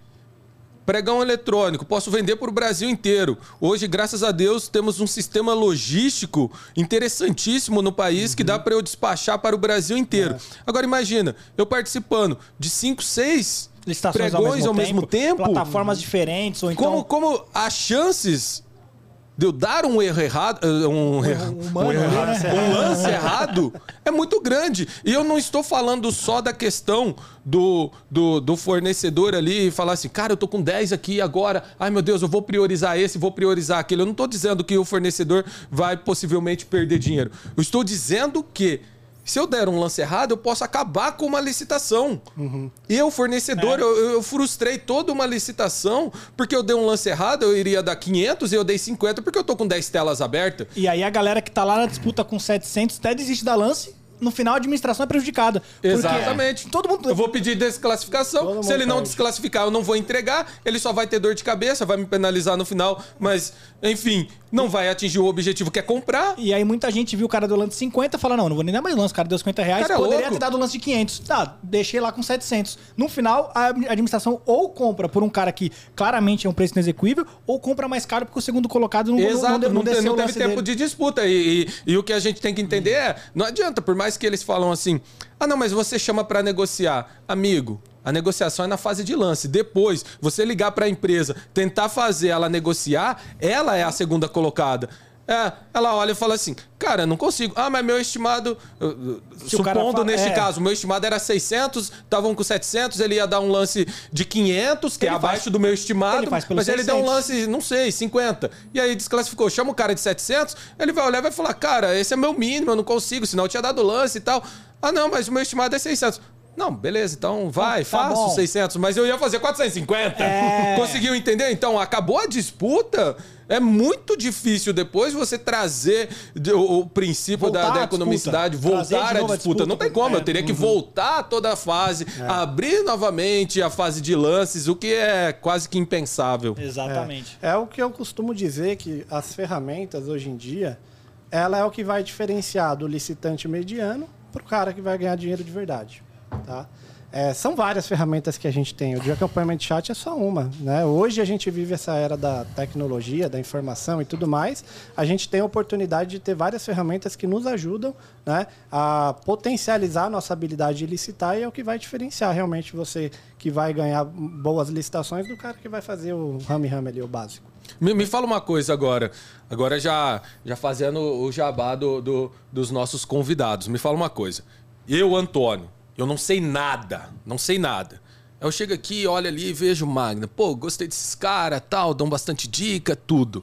Pregão eletrônico, posso vender para o Brasil inteiro. Hoje, graças a Deus, temos um sistema logístico interessantíssimo no país que dá para eu despachar para o Brasil inteiro. Agora imagina, eu participando de cinco, seis Licitações pregões ao mesmo tempo. Plataformas diferentes, ou então... Como, como as chances de eu dar um erro errado, um, erro, humano um, erro ali, errado, né? um lance errado, é muito grande. E eu não estou falando só da questão do, do, do fornecedor ali e falar assim, cara, eu tô com dez aqui agora, ai meu Deus, eu vou priorizar esse, vou priorizar aquele. Eu não estou dizendo que o fornecedor vai possivelmente perder dinheiro. Eu estou dizendo que se eu der um lance errado, eu posso acabar com uma licitação. Uhum. Eu, fornecedor, É. eu, eu frustrei toda uma licitação porque eu dei um lance errado, eu iria dar quinhentos e eu dei cinquenta porque eu tô com dez telas abertas. E aí a galera que tá lá na disputa com setecentos até desiste da lance. No final, a administração é prejudicada. Porque Exatamente. Todo mundo... Eu vou pedir desclassificação. Todo Se ele mundo não perde. desclassificar, eu não vou entregar. Ele só vai ter dor de cabeça, vai me penalizar no final. Mas, enfim, não vai atingir o objetivo que é comprar. E aí muita gente viu o cara do lance de cinquenta e fala, não, não vou nem dar mais lance, o cara deu cinquenta reais, Cara, é poderia louco. ter dado o lance de quinhentos. Tá, deixei lá com setecentos. No final, a administração ou compra por um cara que claramente é um preço inexequível, ou compra mais caro porque o segundo colocado não, Exato, não, não, não, te- desceu não o teve lance tempo dele. de disputa. E, e- e o que a gente tem que entender é, não adianta, por mais que eles falam assim, ah não, mas você chama pra negociar. Amigo, a negociação é na fase de lance. Depois, você ligar pra empresa, tentar fazer ela negociar, ela é a segunda colocada. É, ela olha e fala assim, cara, não consigo. Ah, mas meu estimado, uh, Se o cara supondo fala- neste é. caso, meu estimado era seiscentos, estavam com setecentos, ele ia dar um lance de quinhentos, que Ele é abaixo faz- do meu estimado, ele faz pelo mas ele deu um seiscentos. lance, não sei, cinquenta. E aí desclassificou, chama o cara de setecentos, ele vai olhar e vai falar, cara, esse é meu mínimo, eu não consigo, senão eu tinha dado lance e tal. Ah, não, mas o meu estimado é seiscentos. Não, beleza, então vai, Tá faça bom. os seiscentos, mas eu ia fazer quatrocentos e cinquenta. É. Conseguiu entender? Então, acabou a disputa, é muito difícil depois você trazer de- o, o princípio Voltar da, da à economicidade, disputa. Trazer voltar de à novo a disputa. disputa. Não tem como, eu É. teria que voltar toda a fase, abrir novamente a fase de lances, o que é quase que impensável. Exatamente. É o que eu costumo dizer, que as ferramentas hoje em dia, ela é o que vai diferenciar do licitante mediano para o cara que vai ganhar dinheiro de verdade. Tá? É, são várias ferramentas que a gente tem. O de acompanhamento de chat é só uma. Né? Hoje a gente vive essa era da tecnologia, da informação e tudo mais. A gente tem a oportunidade de ter várias ferramentas que nos ajudam, né, a potencializar a nossa habilidade de licitar, e é o que vai diferenciar realmente você que vai ganhar boas licitações do cara que vai fazer o rame-rame ali, o básico. Me, me fala uma coisa agora, agora já, já fazendo o jabá do, do- dos nossos convidados. Me fala uma coisa. Eu, Antônio, eu não sei nada, não sei nada. Eu chego aqui, olho ali e vejo Magna. Pô, gostei desses caras, tal, dão bastante dica, tudo.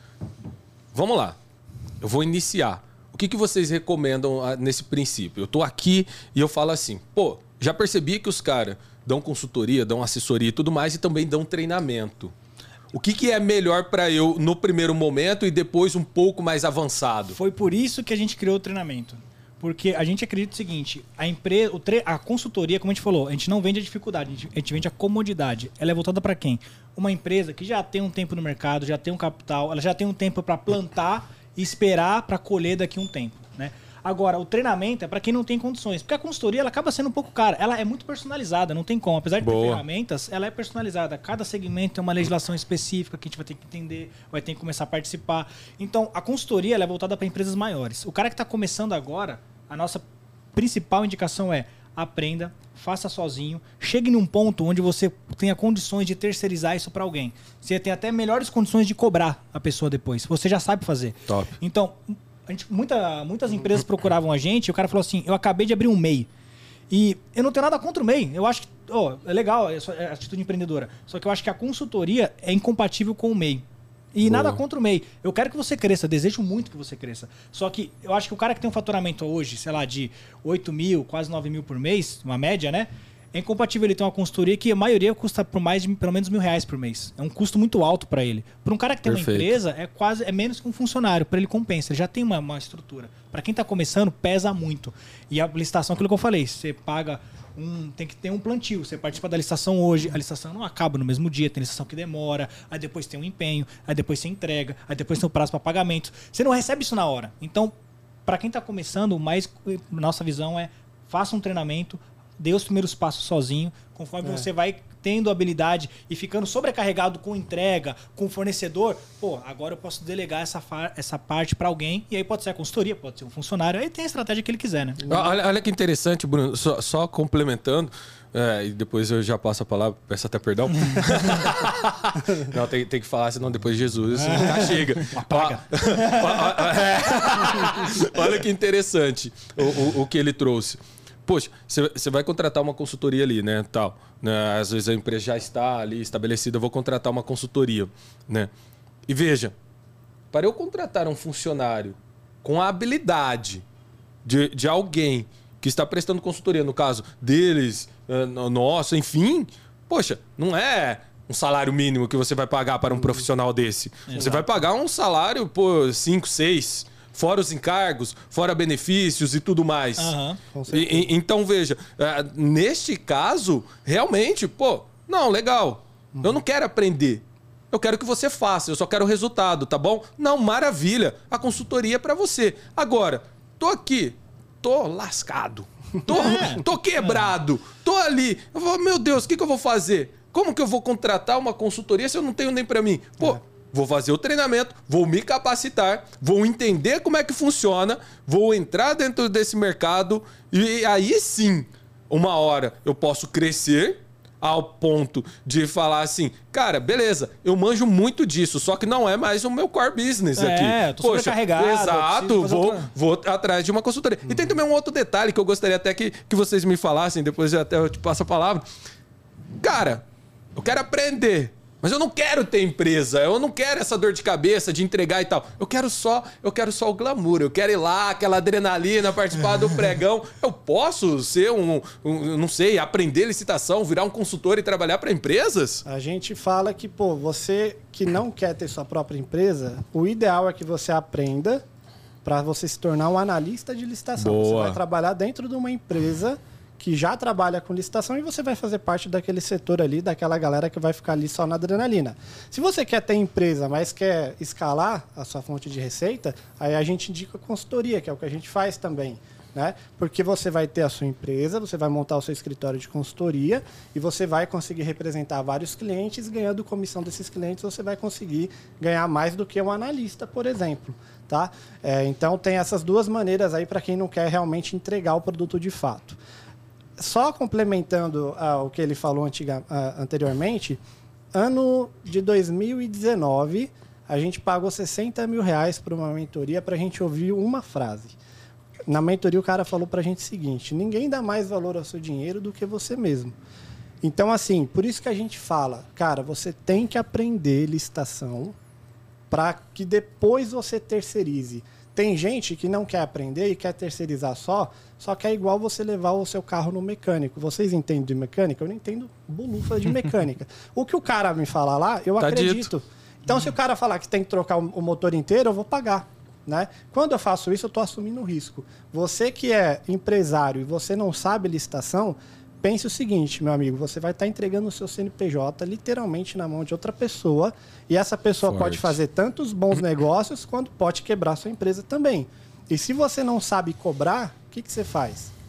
Vamos lá, eu vou iniciar. O que, que vocês recomendam ah, nesse princípio? Eu tô aqui e eu falo assim, pô, já percebi que os caras dão consultoria, dão assessoria e tudo mais e também dão treinamento. O que, que é melhor para eu no primeiro momento e depois um pouco mais avançado? Foi por isso que a gente criou o treinamento. Porque a gente acredita o seguinte, a empresa, o tre- a consultoria, como a gente falou, a gente não vende a dificuldade, a gente, a gente vende a comodidade. Ela é voltada para quem? Uma empresa que já tem um tempo no mercado, já tem um capital, ela já tem um tempo para plantar e esperar para colher daqui a um tempo, né? Agora, o treinamento é para quem não tem condições, porque a consultoria ela acaba sendo um pouco cara, ela é muito personalizada, não tem como. Apesar de ter Boa. ferramentas, ela é personalizada. Cada segmento tem uma legislação específica que a gente vai ter que entender, vai ter que começar a participar. Então, a consultoria ela é voltada para empresas maiores. O cara que está começando agora, a nossa principal indicação é aprenda, faça sozinho, chegue num ponto onde você tenha condições de terceirizar isso para alguém. Você tem até melhores condições de cobrar a pessoa depois. Você já sabe fazer. Top. Então, a gente, muita, muitas empresas procuravam a gente e o cara falou assim, eu acabei de abrir um M E I. E eu não tenho nada contra o M E I. Eu acho que oh, é legal, é, é atitude empreendedora. Só que eu acho que a consultoria é incompatível com o M E I. E Boa. nada contra o M E I. Eu quero que você cresça, desejo muito que você cresça. Só que eu acho que o cara que tem um faturamento hoje, sei lá, de oito mil, quase nove mil por mês, uma média, né? É incompatível ele ter uma consultoria que a maioria custa por mais de pelo menos mil reais por mês. É um custo muito alto para ele. Para um cara que tem Perfeito. uma empresa, é quase é menos que um funcionário. Para ele compensa, ele já tem uma, uma estrutura. Para quem está começando, pesa muito. E a licitação, aquilo que eu falei, você paga... Um, tem que ter um plantio. Você participa da licitação hoje, a licitação não acaba no mesmo dia, tem licitação que demora, aí depois tem um empenho, aí depois você entrega, aí depois tem o prazo para pagamento. Você não recebe isso na hora. Então, para quem está começando, mais nossa visão é faça um treinamento, dê os primeiros passos sozinho, conforme É. você vai tendo habilidade e ficando sobrecarregado com entrega, com fornecedor, pô, agora eu posso delegar essa, fa- essa parte para alguém, e aí pode ser a consultoria, pode ser um funcionário, aí tem a estratégia que ele quiser, né? Olha, olha que interessante, Bruno, só, só complementando, é, e depois eu já passo a palavra, peço até perdão. Não, tem, tem que falar, senão depois Jesus já chega. praga. Ó, ó, ó, é. Olha que interessante o, o, o que ele trouxe. Poxa, você vai contratar uma consultoria ali, né, tal, né? Às vezes a empresa já está ali estabelecida, eu vou contratar uma consultoria, né? E veja, para eu contratar um funcionário com a habilidade de, de alguém que está prestando consultoria, no caso deles, uh, nosso, enfim, poxa, não é um salário mínimo que você vai pagar para um profissional desse. Você vai pagar um salário por cinco, seis... Fora os encargos, fora benefícios e tudo mais. Aham. E- e- então, veja, ah, neste caso, realmente, pô, não, legal. Eu não quero aprender. Eu quero que você faça, eu só quero o resultado, tá bom? Não, maravilha. A consultoria é pra você. Agora, tô aqui, tô lascado. Tô, tô quebrado. Tô ali. Eu vou, meu Deus, o que, que eu vou fazer? Como que eu vou contratar uma consultoria se eu não tenho nem pra mim? Pô, vou fazer o treinamento, vou me capacitar, vou entender como é que funciona, vou entrar dentro desse mercado e aí sim, uma hora eu posso crescer ao ponto de falar assim, cara, beleza, eu manjo muito disso, só que não é mais o meu core business É, aqui. eu tô sobrecarregado, eu Exato, preciso fazer vou, outra- vou atrás de uma consultoria. E tem também um outro detalhe que eu gostaria até que, que vocês me falassem, depois eu até eu te passo a palavra. Cara, eu quero aprender, mas eu não quero ter empresa, eu não quero essa dor de cabeça de entregar e tal. Eu quero só, eu quero só o glamour, eu quero ir lá, aquela adrenalina, participar do pregão. Eu posso ser um, um, não sei, aprender licitação, virar um consultor e trabalhar para empresas? A gente fala que, pô, você que não quer ter sua própria empresa, o ideal é que você aprenda para você se tornar um analista de licitação. Boa. Você vai trabalhar dentro de uma empresa que já trabalha com licitação e você vai fazer parte daquele setor ali, daquela galera que vai ficar ali só na adrenalina. Se você quer ter empresa, mas quer escalar a sua fonte de receita, aí a gente indica consultoria, que é o que a gente faz também. Né? Porque você vai ter a sua empresa, você vai montar o seu escritório de consultoria e você vai conseguir representar vários clientes, ganhando comissão desses clientes, você vai conseguir ganhar mais do que um analista, por exemplo. Tá? É, então tem essas duas maneiras aí para quem não quer realmente entregar o produto de fato. Só complementando ah, o que ele falou antiga, ah, anteriormente, ano de dois mil e dezenove, a gente pagou sessenta mil reais para uma mentoria para a gente ouvir uma frase. Na mentoria o cara falou para a gente o seguinte: ninguém dá mais valor ao seu dinheiro do que você mesmo. Então, assim, por isso que a gente fala, cara, você tem que aprender licitação para que depois você terceirize. Tem gente que não quer aprender e quer terceirizar só, só que é igual você levar o seu carro no mecânico. Vocês entendem de mecânica? Eu não entendo bolufa de mecânica. O que o cara me fala lá, eu Tá acredito. dito. Então, se o cara falar que tem que trocar o motor inteiro, eu vou pagar. Né? Quando eu faço isso, eu estou assumindo um risco. Você que é empresário e você não sabe licitação, pense o seguinte, meu amigo, você vai estar entregando o seu C N P J literalmente na mão de outra pessoa e essa pessoa Forte. pode fazer tantos bons negócios quanto pode quebrar sua empresa também. E se você não sabe cobrar, o que, que você faz?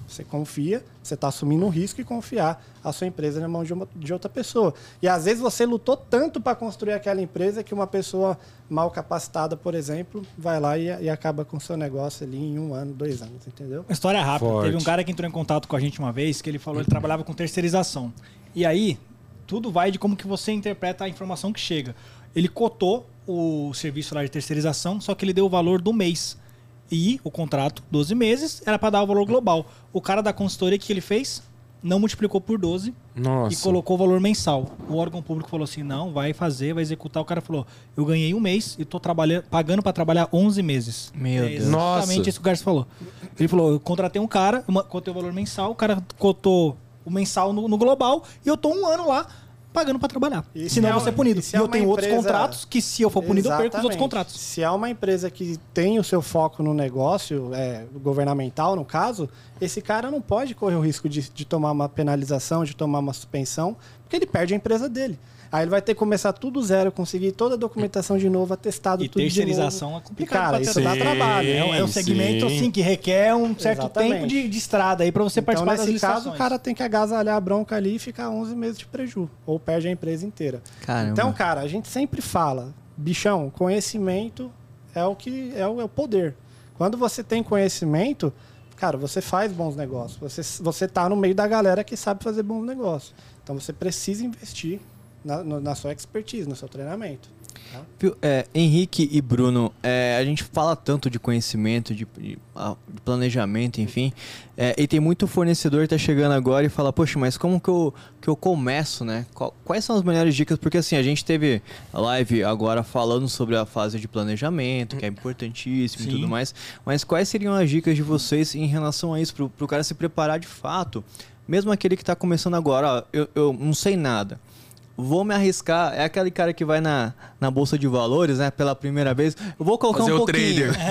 Você confia, você está assumindo um risco e confiar a sua empresa na mão de, uma, de outra pessoa. E às vezes você lutou tanto para construir aquela empresa que uma pessoa mal capacitada, por exemplo, vai lá e, e acaba com o seu negócio ali em um ano, dois anos, entendeu? Uma história rápida. Forte. Teve um cara que entrou em contato com a gente uma vez que ele falou que ele trabalhava com terceirização. E aí, tudo vai de como que você interpreta a informação que chega. Ele cotou o serviço lá de terceirização, só que ele deu o valor do mês. E o contrato, doze meses, era para dar o valor global. O cara da consultoria, o que ele fez? Não multiplicou por doze Nossa. e colocou o valor mensal. O órgão público falou assim, não, vai fazer, vai executar. O cara falou, eu ganhei um mês e tô trabalhando, pagando para trabalhar onze meses. Meu é Deus. exatamente Nossa. isso que o Garcia falou. Ele falou, eu contratei um cara, uma- cotei o valor mensal, o cara cotou o mensal no, no global e eu tô um ano lá pagando para trabalhar. E se Senão é eu vou ser uma- punido. e se E é eu uma tenho outros empresa- contratos que se eu for punido eu perco os outros Exatamente. contratos. Se é uma empresa que tem o seu foco no negócio, é, governamental no caso, esse cara não pode correr o risco de, de tomar uma penalização, de tomar uma suspensão, porque ele perde a empresa dele. Aí ele vai ter que começar tudo zero, conseguir toda a documentação de novo, atestado E tudo de terceirização novo. é complicado. E, cara, pra isso ter- dá Sim. trabalho. É um, é um segmento Sim. assim que requer um certo Exatamente. tempo de, de estrada aí para você Então, participar das nesse caso, licitações. o cara tem que agasalhar a bronca ali e ficar onze meses de prejuízo. Ou perde a empresa inteira. Caramba. Então, cara, a gente sempre fala, bichão, conhecimento é o que é o, é o poder. Quando você tem conhecimento, cara, você faz bons negócios. Você, você tá no meio da galera que sabe fazer bons negócios. Então, você precisa investir na, no- na sua expertise, no seu treinamento. Tá? Viu, é, Henrique e Bruno, é, a gente fala tanto de conhecimento, de, de- ah, de planejamento, enfim, é, e tem muito fornecedor que tá chegando agora e fala, poxa, mas como que eu, que eu começo, né? Qual- quais são as melhores dicas? Porque assim, a gente teve a live agora falando sobre a fase de planejamento, que é importantíssimo e Sim. tudo mais, mas quais seriam as dicas de vocês em relação a isso, pro, pro cara se preparar de fato, mesmo aquele que tá começando agora, ó, eu, eu não sei nada. Vou me arriscar, é aquele cara que vai na, na bolsa de valores, né, pela primeira vez. Eu vou colocar Fazer um o pouquinho. trader.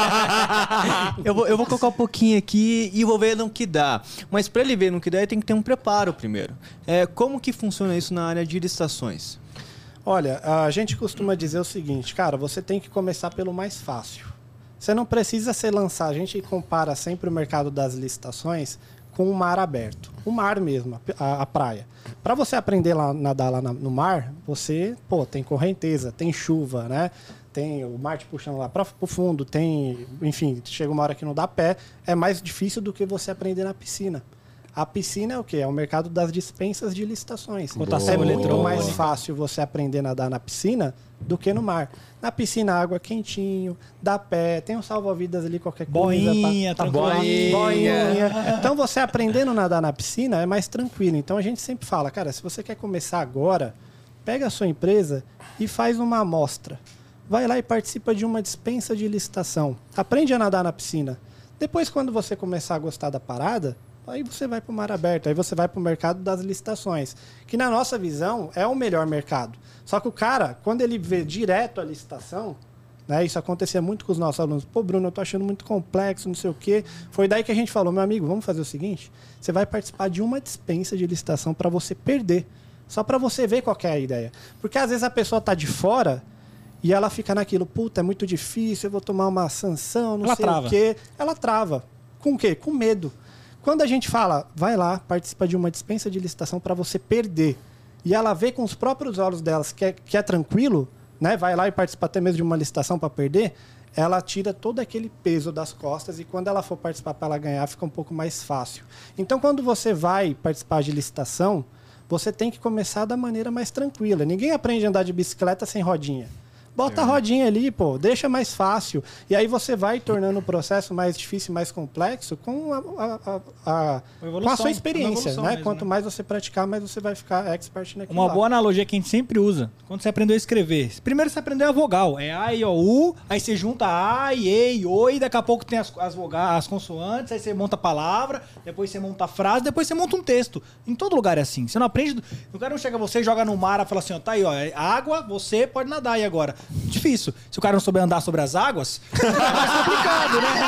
eu, vou, eu vou colocar um pouquinho aqui e vou ver no que dá. Mas para ele ver no que dá, ele tem que ter um preparo primeiro. É, como que funciona isso na área de licitações? Olha, a gente costuma dizer o seguinte, cara, você tem que começar pelo mais fácil. Você não precisa se lançar. A gente compara sempre o mercado das licitações com o mar aberto. O mar mesmo, a, a praia. Para você aprender a nadar lá na, no mar, você, pô, tem correnteza, tem chuva, né? Tem o mar te puxando lá para o fundo, tem, enfim, chega uma hora que não dá pé. É mais difícil do que você aprender na piscina. A piscina é o quê? É o mercado das dispensas de licitações. Cotação é muito eletrônica. mais fácil você aprender a nadar na piscina do que no mar. Na piscina, água quentinho, dá pé, tem um salva-vidas ali, qualquer coisa. Boinha, tá, tá tranquilo. boinha. boinha. Então, você aprendendo a nadar na piscina é mais tranquilo. Então, a gente sempre fala, cara, se você quer começar agora, pega a sua empresa e faz uma amostra. Vai lá e participa de uma dispensa de licitação. Aprende a nadar na piscina. Depois, quando você começar a gostar da parada, aí você vai para o mar aberto, aí você vai para o mercado das licitações, que na nossa visão é o melhor mercado. Só que o cara, quando ele vê direto a licitação, né, isso acontecia muito com os nossos alunos. Pô, Bruno, eu tô achando muito complexo, não sei o quê. Foi daí que a gente falou, meu amigo, vamos fazer o seguinte, você vai participar de uma dispensa de licitação para você perder, só para você ver qual que é a ideia. Porque às vezes a pessoa tá de fora e ela fica naquilo, puta, é muito difícil, eu vou tomar uma sanção, não Ela sei trava. o quê. Ela trava. Com o quê? Com medo. Quando a gente fala, vai lá, participa de uma dispensa de licitação para você perder, e ela vê com os próprios olhos delas que é, que é tranquilo, né? Vai lá e participa até mesmo de uma licitação para perder, ela tira todo aquele peso das costas e quando ela for participar para ela ganhar, fica um pouco mais fácil. Então, quando você vai participar de licitação, você tem que começar da maneira mais tranquila. Ninguém aprende a andar de bicicleta sem rodinha. Bota a rodinha ali, pô, deixa mais fácil. E aí você vai tornando o processo mais difícil, mais complexo com a, a, a, a, Evolução, com a sua uma experiência, evolução né? mesmo, Quanto né? mais você praticar, mais você vai ficar expert naquilo Uma lá. boa analogia que a gente sempre usa. Quando você aprendeu a escrever. Primeiro você aprendeu a vogal. É A, I, O, U. Aí você junta A, E, O. E daqui a pouco tem as, as, voga- as consoantes. Aí você monta a palavra. Depois você monta a frase. Depois você monta um texto. Em todo lugar é assim. Você não aprende... do- O cara não chega a você e joga no mar e fala assim, ó, tá aí, ó. É água, você pode nadar aí agora. Difícil. Se o cara não souber andar sobre as águas, é mais complicado, né?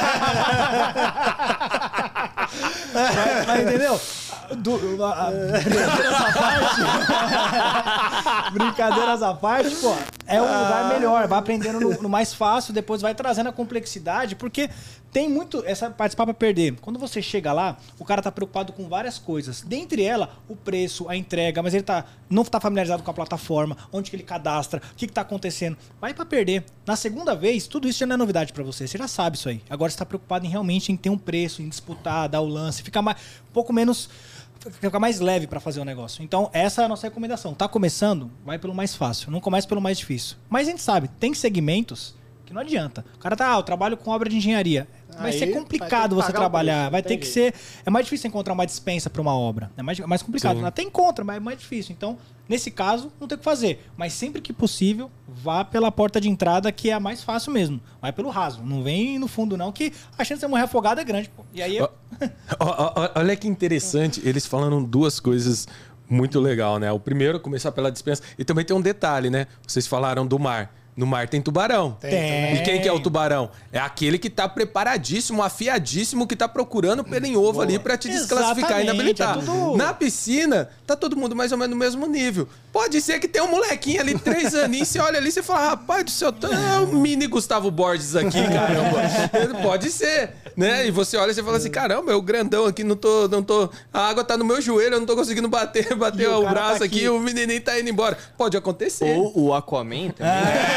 mas, mas entendeu? Do, a- a- brincadeiras à parte, brincadeiras à parte, pô, é o lugar melhor. Vai aprendendo no, no mais fácil, depois vai trazendo a complexidade, porque tem muito... Essa participar para perder. Quando você chega lá, o cara tá preocupado com várias coisas. Dentre ela, o preço, a entrega, mas ele tá, não tá familiarizado com a plataforma, onde que ele cadastra, o que que tá acontecendo. Vai para perder. Na segunda vez, tudo isso já não é novidade para você. Você já sabe isso aí. Agora você tá preocupado em realmente em ter um preço, em disputar, dar o lance, ficar mais, um pouco menos... ficar mais leve para fazer o negócio. Então, essa é a nossa recomendação. Tá começando? Vai pelo mais fácil. Não comece pelo mais difícil. Mas a gente sabe, tem segmentos que não adianta. O cara tá, ah, eu trabalho com obra de engenharia. Vai Aí, ser complicado vai você trabalhar. preço, vai ter tem que jeito. ser... É mais difícil encontrar uma dispensa para uma obra. É mais, é mais complicado. Sim. Até encontra, mas é mais difícil. Então, nesse caso, não tem o que fazer. Mas sempre que possível, vá pela porta de entrada, que é a mais fácil mesmo. Vai pelo raso. Não vem no fundo, não, que a chance de você morrer afogado é grande. Pô. E aí... Ó, ó, ó, olha que interessante, eles falaram duas coisas muito legal, né? O primeiro, começar pela dispensa. E também tem um detalhe, né? Vocês falaram do mar. No mar tem tubarão. Tem. E quem que é o tubarão? É aquele que tá preparadíssimo, afiadíssimo, que tá procurando pelo em ovo ali pra te desclassificar e Exatamente, inabilitar. é tudo- Na piscina, tá todo mundo mais ou menos no mesmo nível. Pode ser que tenha um molequinho ali, três aninhos, você olha ali e você fala, rapaz do céu, tá o mini Gustavo Borges aqui, caramba. Pode ser, né? E você olha e você fala assim, caramba, eu grandão aqui, não tô, não tô... A água tá no meu joelho, eu não tô conseguindo bater, bater E o o cara braço tá aqui, aqui. e o menininho tá indo embora. Pode acontecer. Ou o Aquaman também.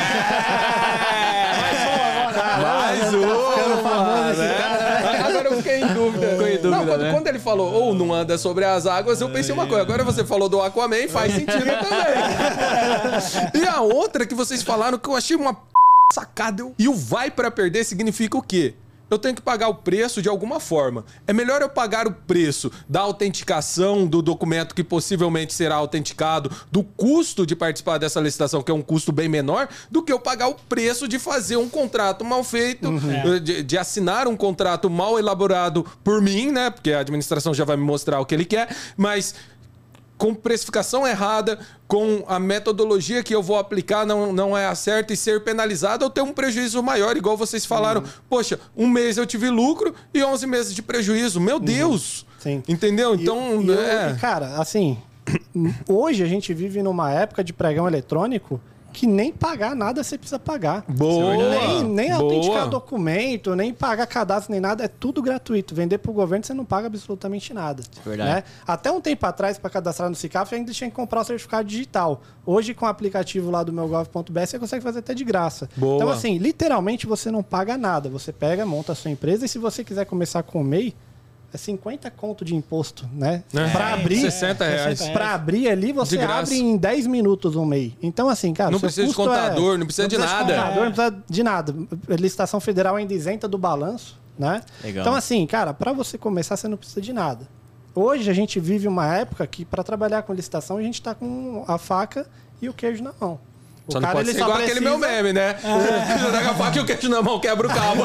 Mais uma, né? Agora eu fiquei em dúvida. Fiquei em dúvida, não, quando, né? quando ele falou, ou não anda sobre as águas, eu pensei uma coisa. Agora você falou do Aquaman, faz sentido também. E a outra que vocês falaram que eu achei uma p... sacada. E o vai pra perder significa o quê? Eu tenho que pagar o preço de alguma forma. É melhor eu pagar o preço da autenticação do documento que possivelmente será autenticado, do custo de participar dessa licitação, que é um custo bem menor, do que eu pagar o preço de fazer um contrato mal feito, Uhum. de, de assinar um contrato mal elaborado por mim, né? Porque a administração já vai me mostrar o que ele quer, mas com precificação errada, com a metodologia que eu vou aplicar não, não é a certa e ser penalizado ou ter um prejuízo maior, igual vocês falaram. Poxa, um mês eu tive lucro e onze meses de prejuízo. Meu Deus! Sim. Entendeu? E- Então, e eu- é... e, cara, assim, hoje a gente vive numa época de pregão eletrônico que nem pagar nada você precisa pagar. Boa! Nem, nem Boa. autenticar documento, nem pagar cadastro, nem nada. É tudo gratuito. Vender pro governo você não paga absolutamente nada. Verdade. Né? Até um tempo atrás, para cadastrar no Sicaf, ainda tinha que comprar o certificado digital. Hoje, com o aplicativo lá do meu gov ponto b r, você consegue fazer até de graça. Boa. Então, assim, literalmente você não paga nada. Você pega, monta a sua empresa e se você quiser começar com o M E I, é cinquenta conto de imposto, né? É, Para abrir, sessenta reais. para abrir ali, você De graça. abre em dez minutos um M E I. Então, assim, cara, Não seu precisa de custo contador, é- não precisa de nada. contador, não precisa de nada. A licitação federal ainda isenta do balanço, né? Legal. Então, assim, cara, para você começar, você não precisa de nada. Hoje a gente vive uma época que, para trabalhar com licitação, a gente tá com a faca e o queijo na mão. O Só não pode ele ser igual aquele meu precisa- meme, né? Joga a faca e o queijo na mão, quebra o cabo.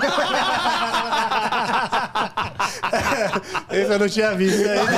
Esse eu não tinha visto ainda.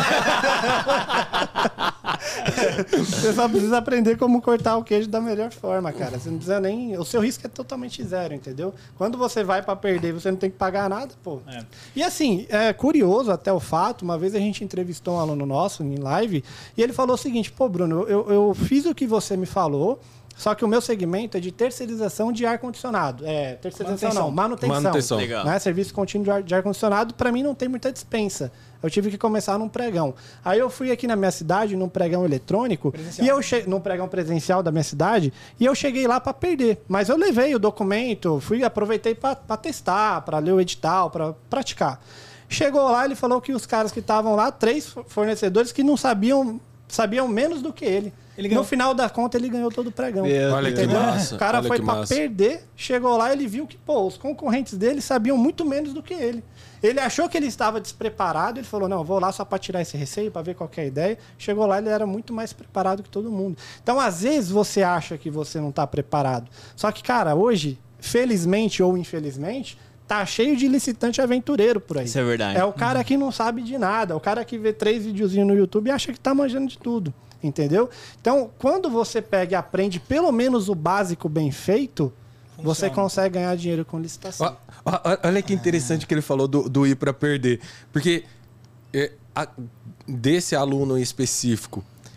Você só precisa aprender como cortar o queijo da melhor forma, cara. Você não precisa nem... O seu risco é totalmente zero, entendeu? Quando você vai pra perder, você não tem que pagar nada, pô. É. E assim, é curioso até o fato, uma vez a gente entrevistou um aluno nosso em live, e ele falou o seguinte, pô, Bruno, eu, eu fiz o que você me falou, só que o meu segmento é de terceirização de ar-condicionado. É, terceirização Manutenção. não, manutenção. Manutenção. Legal. Né? Serviço contínuo de ar- de ar-condicionado, para mim não tem muita dispensa. Eu tive que começar num pregão. Aí eu fui aqui na minha cidade, num pregão eletrônico, Presencial. e eu che... num pregão presencial da minha cidade, e eu cheguei lá para perder. Mas eu levei o documento, fui aproveitei para testar, para ler o edital, para praticar. Chegou lá, ele falou que os caras que estavam lá, três fornecedores que não sabiam, sabiam menos do que ele. Ele ganhou. No final da conta, ele ganhou todo o pregão. Meu Olha que Entendeu? massa. O cara olha foi que pra massa. perder, chegou lá, ele viu que, pô, os concorrentes dele sabiam muito menos do que ele. Ele achou que ele estava despreparado, ele falou, não, vou lá só para tirar esse receio, para ver qual que é a ideia. Chegou lá, ele era muito mais preparado que todo mundo. Então, às vezes, você acha que você não está preparado. Só que, cara, hoje, felizmente ou infelizmente, tá cheio de licitante aventureiro por aí. Isso é verdade. É o cara que não sabe de nada, é o cara que vê três videozinhos no YouTube e acha que tá manjando de tudo. Entendeu? Então, quando você pega e aprende pelo menos o básico bem feito, você consegue ganhar dinheiro com licitação. Ó, ó, olha que interessante que ele falou do, do ir para perder. Porque é, a- desse aluno em específico,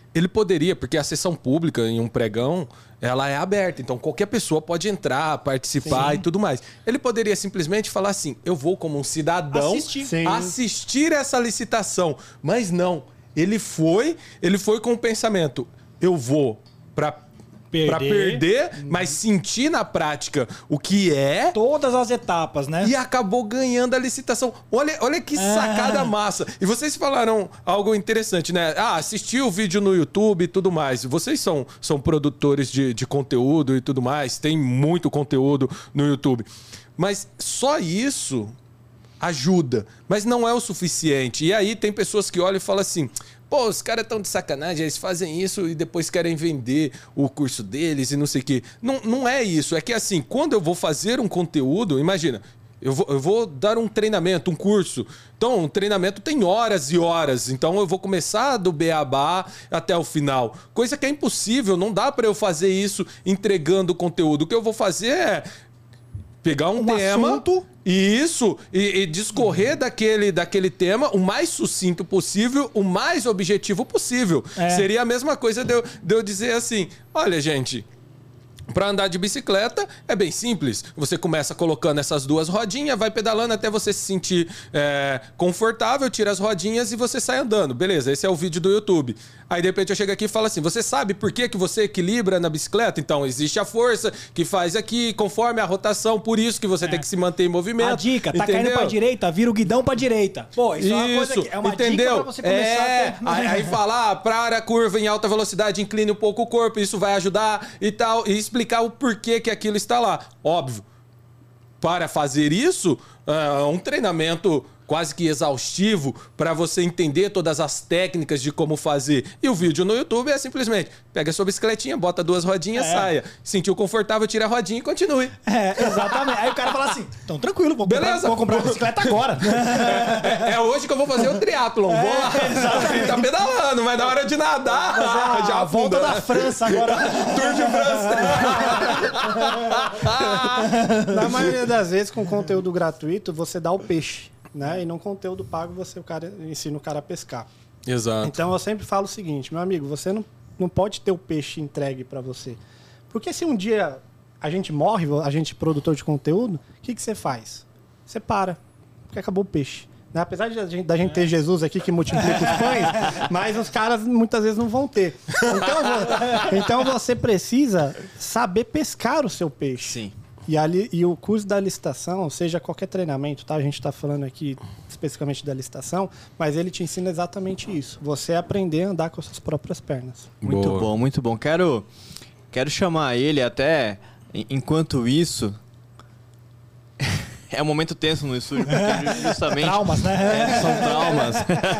ele poderia, porque a sessão pública em um pregão, ela é aberta, então qualquer pessoa pode entrar, participar Sim. e tudo mais. Ele poderia simplesmente falar assim, eu vou como um cidadão Assistir. Sim. assistir essa licitação. Mas não, ele foi, ele foi com o pensamento, eu vou para Perder. Pra perder, mas sentir na prática o que é Todas as etapas, né? e acabou ganhando a licitação. Olha, olha que sacada massa. E vocês falaram algo interessante, né? Ah, assistir o vídeo no YouTube e tudo mais. Vocês são, são produtores de, de conteúdo e tudo mais, tem muito conteúdo no YouTube. Mas só isso ajuda, mas não é o suficiente. E aí tem pessoas que olham e falam assim... Pô, os caras estão de sacanagem, eles fazem isso e depois querem vender o curso deles e não sei o quê. Não, não é isso. É que assim, quando eu vou fazer um conteúdo, imagina, eu vou, eu vou dar um treinamento, um curso. Então, um treinamento tem horas e horas. Então, eu vou começar do beabá até o final. Coisa que é impossível, não dá para eu fazer isso entregando conteúdo. O que eu vou fazer é pegar um, Um tema... assunto. Isso, e, e discorrer daquele, daquele tema o mais sucinto possível, o mais objetivo possível. É. Seria a mesma coisa de eu, de eu dizer assim, olha, gente... Para andar de bicicleta é bem simples. Você começa colocando essas duas rodinhas, vai pedalando até você se sentir é, confortável, tira as rodinhas e você sai andando. Beleza, esse é o vídeo do YouTube. Aí de repente eu chego aqui e falo assim, você sabe por que, que você equilibra na bicicleta? Então existe a força que faz aqui, conforme a rotação, por isso que você é. tem que se manter em movimento. A dica, tá entendeu? caindo pra direita, vira o guidão pra direita. Pô, isso, Isso, é uma coisa que é uma entendeu? dica pra você começar é, a ter... aí, aí fala, ah, para a curva em alta velocidade, incline um pouco o corpo, isso vai ajudar e tal, e explicar o porquê que aquilo está lá. Óbvio, para fazer isso, é um treinamento quase que exaustivo para você entender todas as técnicas de como fazer. E o vídeo no YouTube é simplesmente, pega a sua bicicletinha, bota duas rodinhas, é. saia. Sentiu confortável, tira a rodinha e continue. É, exatamente. Aí o cara fala assim, então tranquilo, vou Beleza. comprar, vou comprar uma bicicleta agora. É, é hoje que eu vou fazer o triatlon. É, vou lá. Exatamente. Tá pedalando, mas na hora de nadar, ah, já a volta afunda. da França agora. Tour de França. Na maioria das vezes, com conteúdo gratuito, você dá o peixe, né? E num conteúdo pago, você o cara, ensina o cara a pescar. Exato. Então, eu sempre falo o seguinte, meu amigo, você não, não pode ter o peixe entregue para você. Porque se um dia a gente morre, a gente produtor de conteúdo, o que, que você faz? Você para, porque acabou o peixe. Né? Apesar de a gente, da gente ter Jesus aqui que multiplica os pães, mas os caras muitas vezes não vão ter. Então, então você precisa saber pescar o seu peixe. Sim. E, ali, e o curso da licitação, seja qualquer treinamento, tá? A gente está falando aqui especificamente da licitação, mas ele te ensina exatamente isso. Você aprender a andar com as suas próprias pernas. Muito Boa. bom, muito bom. Quero, quero chamar ele até, enquanto isso... É um momento tenso no estúdio, porque justamente... Traumas, né? É, são traumas.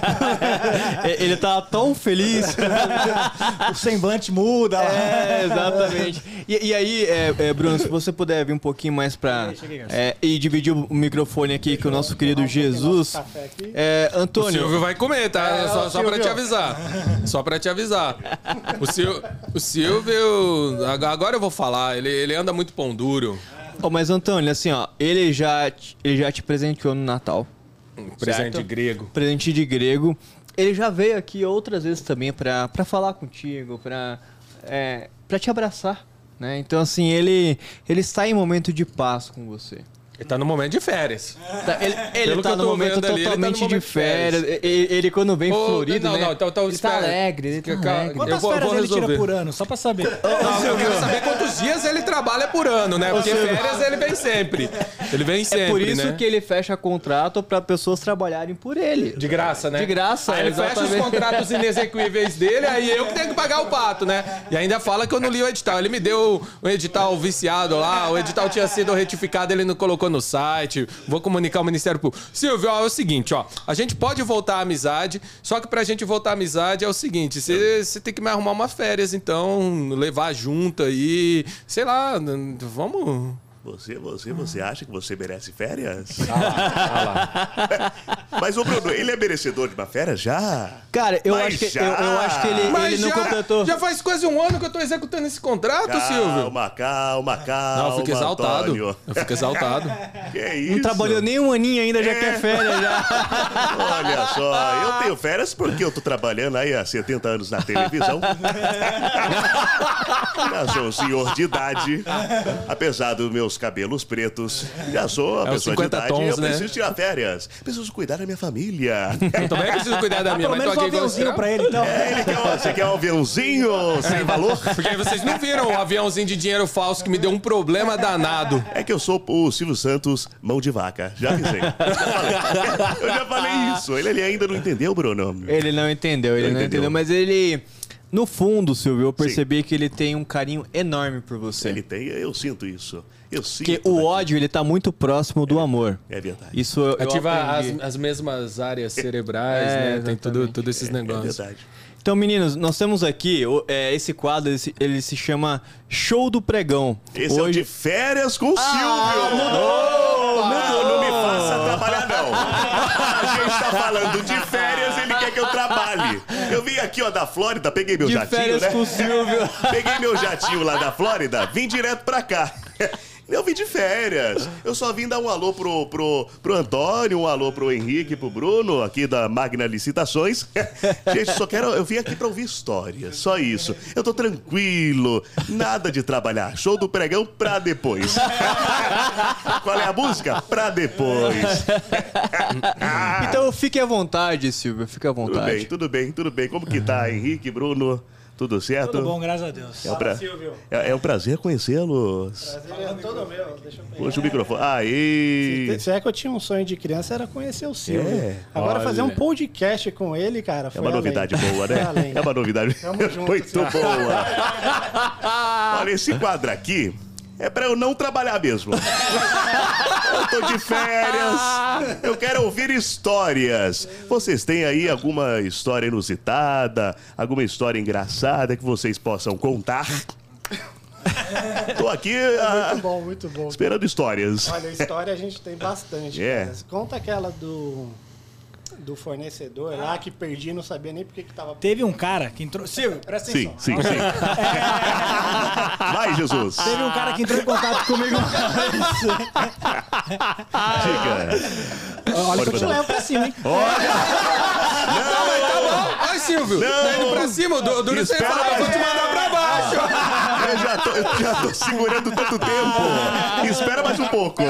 Ele tá tão feliz. O semblante muda. É, exatamente. E, e aí, é, é, Bruno, se você puder vir um pouquinho mais pra... Cheguei, cheguei, é, e dividir o microfone aqui com o nosso querido Jesus. É, O Antônio... Silvio vai comer, tá? É, só o só pra Silvio. te avisar. Só pra te avisar. O, Sil, o Silvio... Agora eu vou falar. Ele, ele anda muito pão duro. Oh, mas Antônio, assim, ó, ele já, te- ele já te presenteou no Natal. Presente Certo. grego. Presente de grego. Ele já veio aqui outras vezes também pra, pra falar contigo, pra, é, pra te abraçar, né? Então, assim, ele, ele está em momento de paz com você. Ele tá no momento de férias. Tá, ele ele Pelo que tá eu no tô momento vendo ali, ele tá no totalmente momento de de férias. férias. Ele, ele quando vem Ô, florido, não, né? não, então- então ele tá espera. alegre, ele tá Fica- alegre. Quantas Eu vou- férias vou ele tira resolver. por ano? Só pra saber. Não, eu quero saber quantos dias ele trabalha por ano, né? Porque férias ele vem sempre. Ele vem sempre, É por isso né? que ele fecha contrato pra pessoas trabalharem por ele. De graça, né? De graça, Aí ele fecha os exatamente. contratos inexequíveis dele, aí eu que tenho que pagar o pato, né? E ainda fala que eu não li o edital. Ele me deu o edital viciado lá, o edital tinha sido retificado, ele não colocou no site. Vou comunicar ao Ministério Público. Silvio, ó, é o seguinte, ó. A gente pode voltar à amizade, só que pra gente voltar à amizade é o seguinte, você você tem que me arrumar umas férias, então, levar junto aí, sei lá, vamos... Você, você, você acha que você merece férias? Ah lá, ah lá. Mas o Bruno, ele é merecedor de uma férias já? Cara, eu Mas acho que, já. eu, eu acho que ele, Mas ele não já, completou. já faz quase um ano que eu tô executando esse contrato, Silvio. Calma, calma, calma. Não, eu fico exaltado. Antônio. Eu fico exaltado. Que isso? Não trabalhou nem um aninho ainda, já É. quer férias já. Olha só, eu tenho férias porque eu tô trabalhando aí há setenta anos na televisão. Já sou um senhor de idade, apesar dos meus cabelos pretos. Já sou uma É os pessoa de cinquenta idade tons, e eu né? preciso tirar férias. Preciso cuidar da minha família. Eu também preciso cuidar da minha, Pelo mas tô menos um aqui com você. aviãozinho pra ele, então. É, ele quer, um- você quer um aviãozinho sem valor? Porque vocês não viram o aviãozinho de dinheiro falso que me deu um problema danado. É que eu sou o Silvio Santos, mão de vaca. Já avisei. Eu já falei, eu já falei isso. Ele, ele ainda não entendeu, Bruno. Ele não entendeu, ele Não não, entendeu. entendeu, mas ele... No fundo, Silvio, eu percebi que ele tem um carinho enorme por você. Ele tem, eu sinto isso. Eu sinto. Porque o daqui. ódio, ele tá muito próximo do amor. É verdade. Isso eu, eu Ativa aprendi. as, as mesmas áreas cerebrais, É, né? Tem tudo, exatamente. tudo esses É negócios. verdade. Então, meninos, nós temos aqui o- é, esse quadro, ele se, ele se chama Show do Pregão. Esse é o de férias com o Silvio. Não, não me faça trabalhar, não. A gente tá falando de férias, ele quer que eu trabalhe. Eu vim aqui, ó, da Flórida, peguei meu De jatinho, férias né? com o Silvio. Peguei meu jatinho lá da Flórida, vim direto pra cá. Eu vim de férias. Eu só vim dar um alô pro, pro, pro Antônio, um alô pro Henrique, pro Bruno, aqui da Magna Licitações. Gente, só quero. Eu vim aqui pra ouvir histórias, só isso. Eu tô tranquilo, nada de trabalhar. Show do pregão pra depois. Qual é a música? Pra depois. Então, fique à vontade, Silvio, fique à Tudo vontade. bem, tudo bem, tudo bem. Como que tá, Henrique, Bruno? Tudo certo? Tudo bom, graças a Deus. É um, pra... é, é um prazer conhecê-los. Prazer é todo meu. Deixa eu pegar. Puxa o microfone. Aí. Se é que eu tinha um sonho de criança, era conhecer o Silvio. É. Agora, Olha. fazer um podcast com ele, cara, É foi uma além. novidade boa, né? Foi além. É uma novidade Tamo junto, muito Silvio. boa. Olha, esse quadro aqui é pra eu não trabalhar mesmo. Eu tô de férias. Eu quero ouvir histórias. Vocês têm aí alguma história inusitada, alguma história engraçada que vocês possam contar? Tô aqui ah, Muito bom, muito bom. esperando histórias. Olha, história a gente tem bastante. É. Cara. Conta aquela do, do fornecedor lá que perdi, não sabia nem por que que tava. Teve um cara que entrou... Silvio, presta Sim, atenção. sim, sim. Vai, Jesus. Teve um cara que entrou em contato comigo uma vez. Diga. Olha, Pode que eu te mandar. levo pra cima, hein? Não, mas tá bom. Ai, Silvio, tá indo pra cima. O Du- Duro você Espera fala, eu vou te mais. mandar pra baixo. Eu já tô, eu já tô segurando tanto tempo. Espera mais um pouco.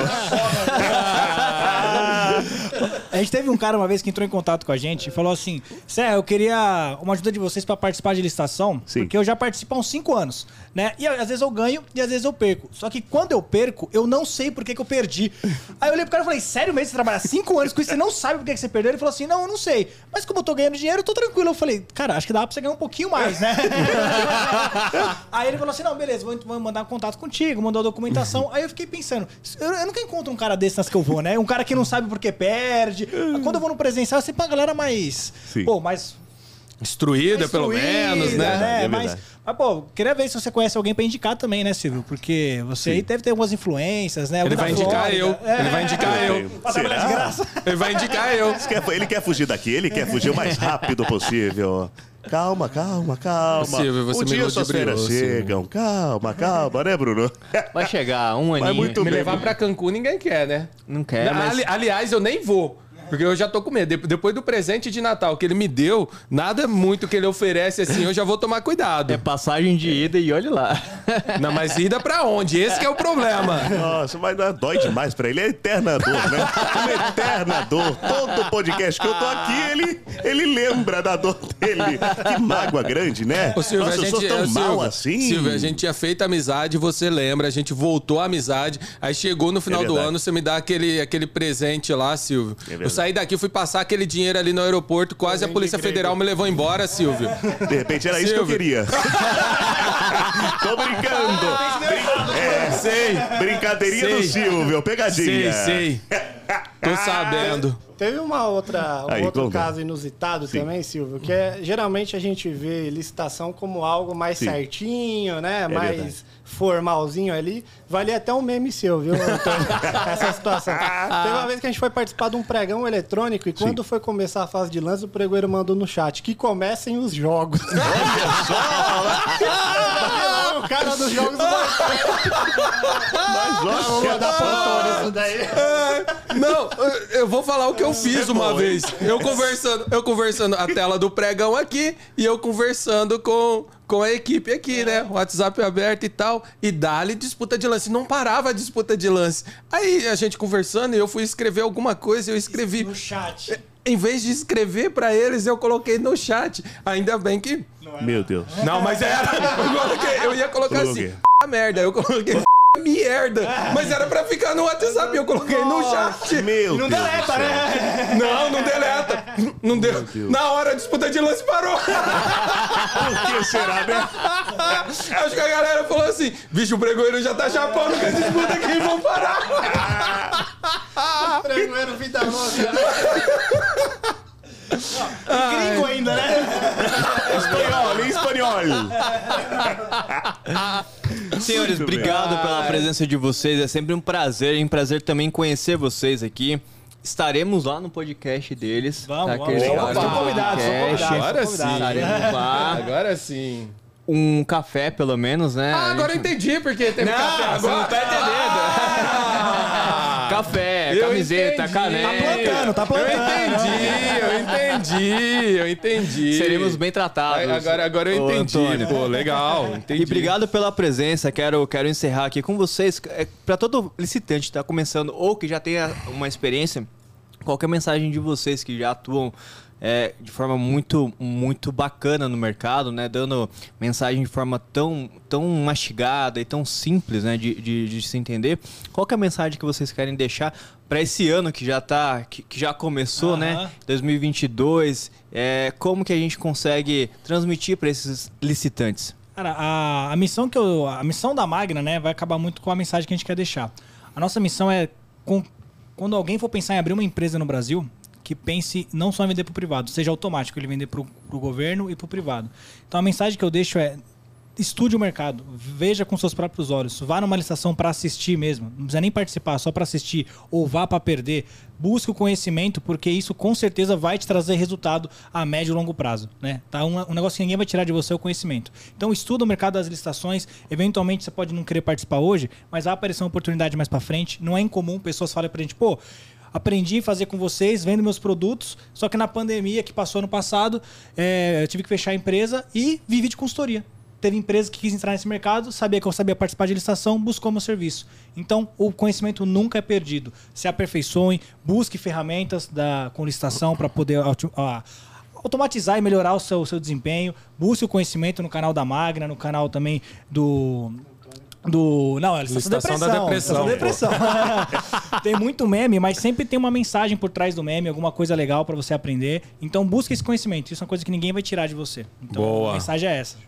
A gente teve um cara uma vez que entrou em contato com a gente e falou assim: Sé, eu queria uma ajuda de vocês pra participar de licitação, Sim. porque eu já participo há uns cinco anos, né? E às vezes eu ganho e às vezes eu perco. Só que quando eu perco, eu não sei por que, que eu perdi. Aí eu olhei pro cara e falei: sério mesmo, você trabalha cinco anos com isso, você não sabe por que, que você perdeu? Ele falou assim: não, eu não sei. Mas como eu tô ganhando dinheiro, eu tô tranquilo. Eu falei: cara, acho que dá pra você ganhar um pouquinho mais, né? Aí ele falou assim: não, beleza, vou, vou mandar um contato contigo, mandou a documentação. Aí eu fiquei pensando: eu, eu nunca encontro um cara desse nas que eu vou, né? Um cara que não sabe por que perde. Quando eu vou no presencial, é sempre uma galera mais. Sim. Pô, mais. Instruída, mais pelo instruída, menos, né? né? É mas, verdade. mas, pô, queria ver se você conhece alguém pra indicar também, né, Silvio? Porque você aí deve ter algumas influências, né? Ele Alguém vai da indicar Flórida. eu. É. Ele vai indicar eu. Pra trabalhar de Será? graça. Ele vai indicar eu. Ele quer, ele quer fugir daqui, ele quer fugir o mais rápido possível. Calma, calma, calma. Silvio, você um me dia suas ludibriou, férias Silvio. chegam. Calma, calma, né, Bruno? Vai chegar um aninho. muito Me bem. levar pra Cancún ninguém quer, né? Não quer, mas... Ali- aliás, eu nem vou. Porque eu já tô com medo. De- Depois do presente de Natal que ele me deu, nada muito que ele oferece assim, eu já vou tomar cuidado. É passagem de ida e olhe lá. Não, mas ida pra onde? Esse que é o problema. Nossa, mas não é- dói demais pra ele. É eterna dor, né? Uma eterna dor. Todo podcast que eu tô aqui, ele, ele lembra da dor dele. Que mágoa grande, né? Ô, Silvio, Nossa, a eu sou gente, tão ô, mal Silvio, assim. Silvio, a gente tinha feito amizade, você lembra, a gente voltou à amizade, aí chegou no final É do verdade. ano, você me dá aquele, aquele presente lá, Silvio. É verdade. eu saí daqui, fui passar aquele dinheiro ali no aeroporto, quase a Polícia Federal me levou embora, Silvio. De repente era isso que eu Silvio. queria. Tô brincando. Brin- é, Sei, brincadeirinha do Sei. Silvio, pegadinha. sei, sei. Tô sabendo. Teve uma outra, um Aí, outro conta. caso inusitado Sim. também, Silvio, que é geralmente a gente vê licitação como algo mais Sim. certinho, né? mais verdade. formalzinho ali. Valia até um meme seu, viu, Antônio? Essa situação. Teve uma vez que a gente foi participar de um pregão eletrônico e quando foi começar a fase de lance, o pregoeiro mandou no chat que comecem os jogos. O cara dos jogos do Mas Vou mandar pro Antônio isso daí. Não, eu vou falar o que eu fiz é uma bom, vez. Eu conversando, eu conversando a tela do pregão aqui e eu conversando com, com a equipe aqui, né? O WhatsApp aberto e tal. E dali disputa de lance. Não parava a disputa de lance. Aí a gente conversando e eu fui escrever alguma coisa e eu escrevi. No chat. Em vez de escrever pra eles, eu coloquei no chat. Ainda bem que. Meu Deus. Não, mas era. Eu, coloquei, eu ia colocar Colocou assim. o quê? "P*** merda. Eu coloquei. "P*** merda. Mas era pra ficar no WhatsApp. Eu coloquei no chat. Meu Não Deus. deleta, né? Não, não deleta. Não deu. Deus. Na hora a disputa de lance parou. Por que será, né? Acho que a galera falou assim: bicho, o pregoeiro já tá chapando com a disputa aqui, vão parar. Pregoeiro vida louca, né? Gringo ainda, né? Espanhol, em espanhol. Senhores, Muito bem. obrigado pela presença de vocês. É sempre um prazer, é um prazer também conhecer vocês aqui. Estaremos lá no podcast deles. Vamos, tá? vamos. Que eles Opa! fazem São convidados, são podcast. convidados. Agora são sim. convidados. Estaremos lá. Agora sim. Um café, pelo menos, né? Ah, A agora eu gente- entendi porque teve Não, café você agora. não tá entendendo. Ah! Café, Eu camiseta, entendi. caneta. Tá plantando, tá plantando. Eu entendi, eu entendi, eu entendi. Seremos bem tratados. Ai, Agora, agora eu Ô, entendi. Antônio. Pô, legal, entendi. E obrigado pela presença. Quero, quero encerrar aqui com vocês. É, para todo licitante que está começando ou que já tenha uma experiência, qualquer mensagem de vocês que já atuam é, de forma muito, muito bacana no mercado, né? Dando mensagem de forma tão, tão mastigada e tão simples, né? De, de, de se entender. Qual que é a mensagem que vocês querem deixar para esse ano que já tá, que, que já começou, Aham. né? dois mil e vinte e dois. É, como que a gente consegue transmitir para esses licitantes? Cara, a, a missão que eu, a missão da Magna, né, vai acabar muito com a mensagem que a gente quer deixar. A nossa missão é com, quando alguém for pensar em abrir uma empresa no Brasil, que pense não só em vender para o privado, seja automático ele vender para o governo e para o privado. Então a mensagem que eu deixo é: estude o mercado, veja com seus próprios olhos, vá numa licitação para assistir mesmo, não precisa nem participar, só para assistir, ou vá para perder. Busque o conhecimento, porque isso com certeza vai te trazer resultado a médio e longo prazo, né? Tá um, um negócio que ninguém vai tirar de você é o conhecimento. Então estuda o mercado das licitações, eventualmente você pode não querer participar hoje, mas vai aparecer uma oportunidade mais para frente. Não é incomum pessoas falarem pra gente: pô, aprendi a fazer com vocês, vendo meus produtos, só que na pandemia que passou ano passado, é, eu tive que fechar a empresa e vivi de consultoria. Teve empresa que quis entrar nesse mercado, sabia que eu sabia participar de licitação, buscou meu serviço. Então, o conhecimento nunca é perdido. Se aperfeiçoe, busque ferramentas da, com licitação para poder auto- a- automatizar e melhorar o seu, o seu desempenho. Busque o conhecimento no canal da Magna, no canal também do... Do. Não, é licitação, Licitação da depressão. depressão, licitação depressão. Tem muito meme, mas sempre tem uma mensagem por trás do meme, alguma coisa legal para você aprender. Então busque esse conhecimento. Isso é uma coisa que ninguém vai tirar de você. Então Boa. a mensagem é essa.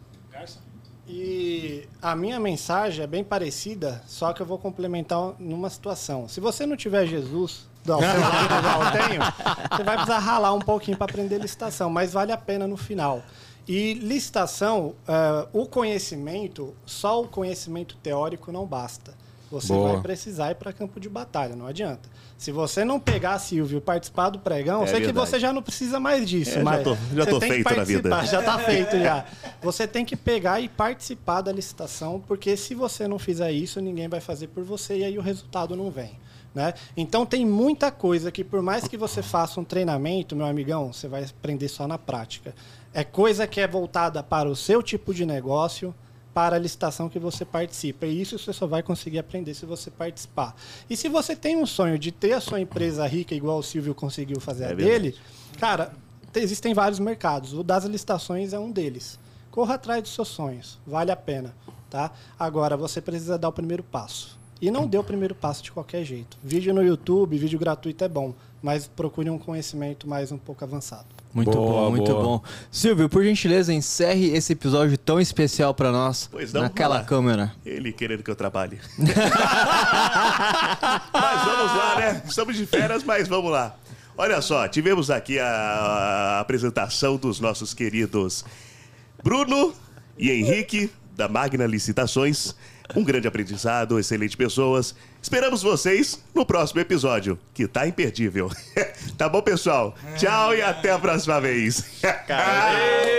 E a minha mensagem é bem parecida, só que eu vou complementar numa situação. Se você não tiver Jesus do seu lado igual eu tenho, você vai precisar ralar um pouquinho para aprender licitação, mas vale a pena no final. E licitação, uh, o conhecimento, só o conhecimento teórico não basta. Você Boa. vai precisar ir para campo de batalha, não adianta. Se você não pegar, Silvio, e participar do pregão, É eu sei que verdade. você já não precisa mais disso, É, já mas tô- já você tô tem que feito na vida. participar, já está feito já. Você tem que pegar e participar da licitação, porque se você não fizer isso, ninguém vai fazer por você e aí o resultado não vem. Né? Então tem muita coisa que, por mais que você faça um treinamento, meu amigão, você vai aprender só na prática. É coisa que é voltada para o seu tipo de negócio, para a licitação que você participa. E isso você só vai conseguir aprender se você participar. E se você tem um sonho de ter a sua empresa rica, igual o Silvio conseguiu fazer É a verdade. dele, cara, te- existem vários mercados. O das licitações é um deles. Corra atrás dos seus sonhos. Vale a pena. Tá? Agora, você precisa dar o primeiro passo. E não dê o primeiro passo de qualquer jeito. Vídeo no YouTube, vídeo gratuito é bom, mas procure um conhecimento mais um pouco avançado. Muito Boa, bom, muito boa. bom. Silvio, por gentileza, encerre esse episódio tão especial pra nós Pois não, naquela vai lá. câmera. Ele querendo que eu trabalhe. Mas vamos lá, né? Estamos de férias, mas vamos lá. Olha só, tivemos aqui a, a apresentação dos nossos queridos Bruno e Henrique, da Magna Licitações. Um grande aprendizado, excelentes pessoas. Esperamos vocês no próximo episódio, que tá imperdível. Tá bom, pessoal? Tchau e até a próxima vez. Caramba.